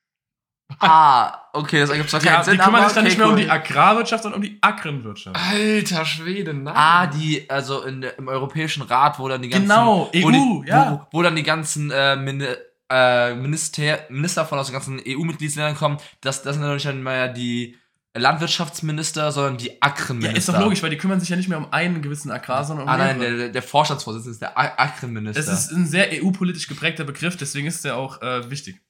Ah, okay, das ergibt zwar Die, keinen die Sinn, kümmern aber sich dann okay, nicht mehr um cool. die Agrarwirtschaft, sondern um die Akrenwirtschaft. Alter Schwede, nein. Ah, die, also in, der- im Europäischen Rat, wo dann die ganzen... Genau, E U, wo die, ja. Wo, wo dann die ganzen äh, Min äh, Minister, Minister von aus den ganzen E U-Mitgliedsländern kommen, das, das sind dann nicht einmal die Landwirtschaftsminister, sondern die Ja, Akrenminister. ist doch logisch, weil die kümmern sich ja nicht mehr um einen gewissen Agrar, sondern um Ah nein, mehrere. der, der Vorstandsvorsitzende ist der A- Akrenminister. Es ist ein sehr E U-politisch geprägter Begriff, deswegen ist der auch äh, wichtig.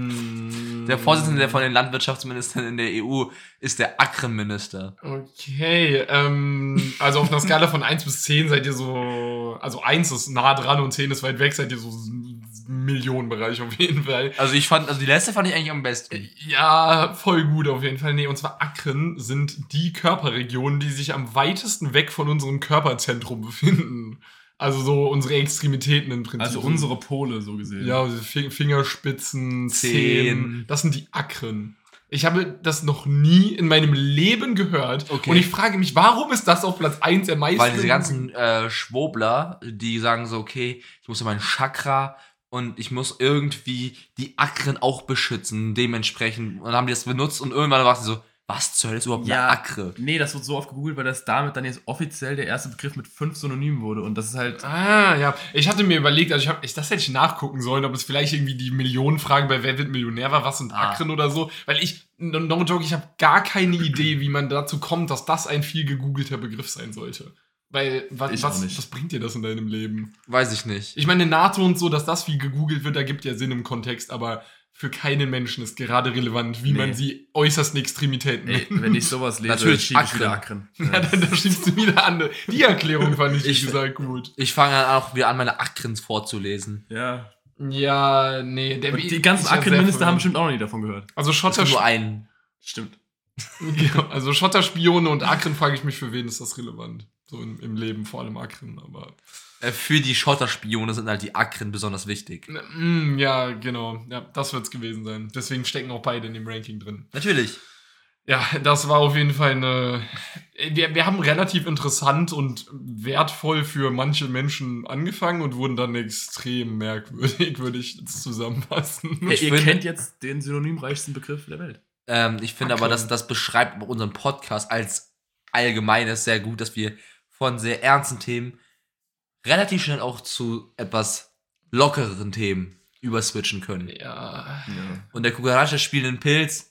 Mm. Der Vorsitzende der von den Landwirtschaftsministern in der E U ist der Akrenminister. Okay, ähm, also auf einer Skala von eins bis zehn seid ihr so, also eins ist nah dran und zehn ist weit weg, seid ihr so im Millionenbereich auf jeden Fall. Also ich fand, also die letzte fand ich eigentlich am besten. Ja, voll gut auf jeden Fall. Nee, und zwar Akren sind die Körperregionen, die sich am weitesten weg von unserem Körperzentrum befinden. Also so unsere Extremitäten im Prinzip. Also unsere Pole, so gesehen. Ja, also Fi- Fingerspitzen, Zehen. Zehen. Das sind die Akren. Ich habe das noch nie in meinem Leben gehört. Okay. Und ich frage mich, warum ist das auf Platz eins der meisten? Weil diese ganzen äh, Schwobler, die sagen so, okay, ich muss ja mein Chakra und ich muss irgendwie die Akren auch beschützen, dementsprechend. Und dann haben die das benutzt und irgendwann war es so, was zur Hölle ist überhaupt Ja, eine Akre? Nee, das wird so oft gegoogelt, weil das damit dann jetzt offiziell der erste Begriff mit fünf Synonymen wurde. Und das ist halt. Ah, ja. Ich hatte mir überlegt, also ich hab, ich, das hätte ich nachgucken sollen, ob es vielleicht irgendwie die Millionenfrage bei Wer wird Millionär war, was sind Ah. Akren oder so. Weil ich, no, no joke, ich habe gar keine Idee, wie man dazu kommt, dass das ein viel gegoogelter Begriff sein sollte. Weil, wa, Ich auch was, nicht. was bringt dir das in deinem Leben? Weiß ich nicht. Ich meine, NATO und so, dass das viel gegoogelt wird, da gibt ja Sinn im Kontext, aber für keinen Menschen ist gerade relevant, wie Nee. man sie äußersten Extremitäten Ey, nennt. wenn ich sowas lese, Natürlich, schiebe ich Akren. wieder Akren. Ja, dann, dann schiebst du wieder an. Die Erklärung fand ich, wie Ich- gesagt, gut. Ich fange dann auch wieder an, meine Akren vorzulesen. Ja. Ja, nee. Der Und die ganzen ist ja sehr Akrenminister haben verwirrend. bestimmt auch noch nie davon gehört. Also Es Schotter, gibt nur einen. Stimmt. ja, also Schotterspione und Akren frage ich mich, für wen ist das relevant? So im, im Leben, vor allem Akren, aber. Äh, für die Schotterspione sind halt die Akren besonders wichtig. Mm, ja, genau. Ja, das wird's gewesen sein. Deswegen stecken auch beide in dem Ranking drin. Natürlich. Ja, das war auf jeden Fall eine. Wir, wir haben relativ interessant und wertvoll für manche Menschen angefangen und wurden dann extrem merkwürdig, würde ich jetzt zusammenfassen. Ja, Ich ihr finde- kennt jetzt den synonymreichsten Begriff der Welt. Ähm, ich finde aber, Akren. dass das beschreibt unseren Podcast als allgemeines sehr gut, dass wir von sehr ernsten Themen relativ schnell auch zu etwas lockereren Themen überswitchen können. Ja. Ja. Und der Kukaracha spielt einen Pilz.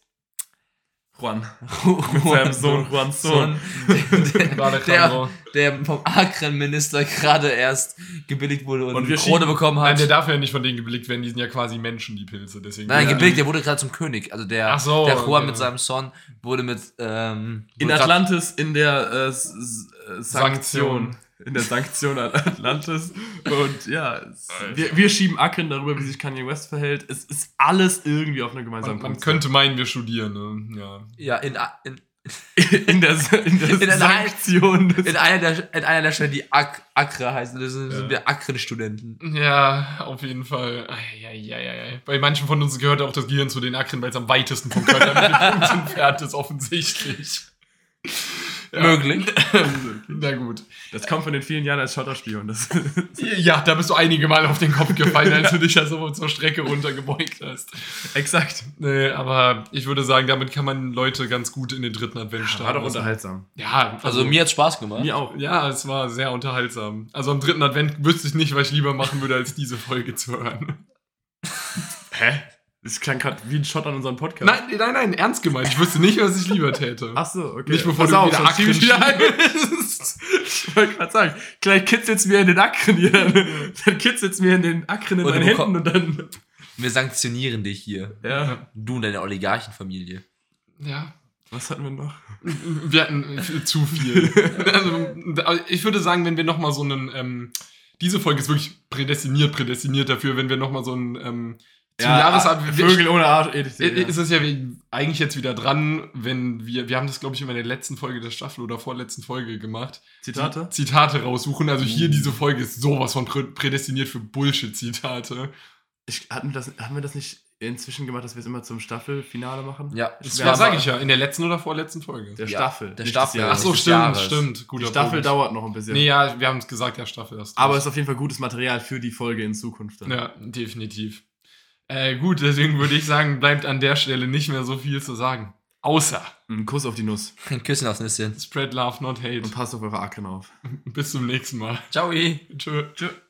Juan. Mit seinem Sohn Juan Sohn. der, Gerade der, Krango. der vom Akren-Minister gerade erst gebilligt wurde und, Und wir eine Krone schieben- bekommen Nein, hat. der darf ja nicht von denen gebilligt werden, die sind ja quasi Menschen, die Pilze. Deswegen Nein, ja. gebilligt, der wurde gerade zum König. Also der, Ach so, der Juan okay. mit seinem Son wurde mit ähm, In wurde grad- Atlantis, in der äh, S- S- äh, Sanktion. Sanktion. In der Sanktion an Atlantis. Und ja, es, wir, wir schieben Akren darüber, wie sich Kanye West verhält. Es ist alles irgendwie auf einer gemeinsamen Man, man könnte meinen, wir studieren, ne? Ja. Ja, in, in, in der, in der In einer- Sanktion. Des in, einer der, in einer der Stellen, die Ak Akre heißen. Das sind, Ja. sind wir Akren-Studenten. Ja, auf jeden Fall. Eieieiei. Bei manchen von uns gehört auch das Gehirn zu den Akren, weil es am weitesten vom Körper mit dem Punkt entfernt ist, offensichtlich. Ja. Möglich. Na gut. Das kommt von den vielen Jahren als Schotterspion. Das Ja, da bist du einige Mal auf den Kopf gefallen, als du dich ja so zur Strecke runtergebeugt hast. Exakt. Nee, aber ich würde sagen, damit kann man Leute ganz gut in den dritten Advent starten. War doch lassen. unterhaltsam. Ja, also, Also mir hat's Spaß gemacht. Mir auch. Ja, es war sehr unterhaltsam. Also am dritten Advent wüsste ich nicht, was ich lieber machen würde, als diese Folge zu hören. Hä? Das klang gerade wie ein Shot an unseren Podcast. Nein, nein, nein, ernst gemeint. Ich wüsste nicht, was ich lieber täte. Ach so, okay. Nicht bevor Pass du auf, wieder sonst schieb ich Akren wieder ein. Ich wollte gerade sagen, gleich kitzelt's mir in den Akren hier. Dann, dann kitzelt's mir in den Akren in Und meinen du Händen und dann... Wir sanktionieren dich hier. Ja. Du und deine Oligarchenfamilie. Ja, Was hatten wir noch? wir hatten zu viel. Also, ich würde sagen, wenn wir nochmal so einen, ähm, diese Folge ist wirklich prädestiniert, prädestiniert dafür, wenn wir nochmal so einen, ähm, zum Jahresabend, Vögel ohne Arsch, eh, ich, ist es ja wie- eigentlich jetzt wieder dran, wenn wir, wir haben das, glaube ich, immer in der letzten Folge der Staffel oder vorletzten Folge gemacht. Zitate? Zitate raussuchen. Also hier, diese Folge ist sowas von prä- prädestiniert für Bullshit-Zitate. Ich, hatten, wir das, hatten wir das nicht inzwischen gemacht, dass wir es immer zum Staffelfinale machen? Ja, Das Wir war, haben- sage ich ja, in der letzten oder vorletzten Folge. Der Ja, Staffel. der nicht Staffel. des Jahres. Ach so, des stimmt, Jahres. stimmt. Guter Die Staffel Punkt. dauert noch ein bisschen. Nee, ja, wir haben es gesagt, der Staffel erst. Aber es ist auf jeden Fall gutes Material für die Folge in Zukunft. Dann. Ja, definitiv. Äh, gut, deswegen würde ich sagen, bleibt an der Stelle nicht mehr so viel zu sagen. Außer Ein Kuss auf die Nuss. Ein Küssen aufs Nüsschen. Spread Love, not hate. Und passt auf eure Akren auf. Bis zum nächsten Mal. Ciao. Tschö. Tschüss.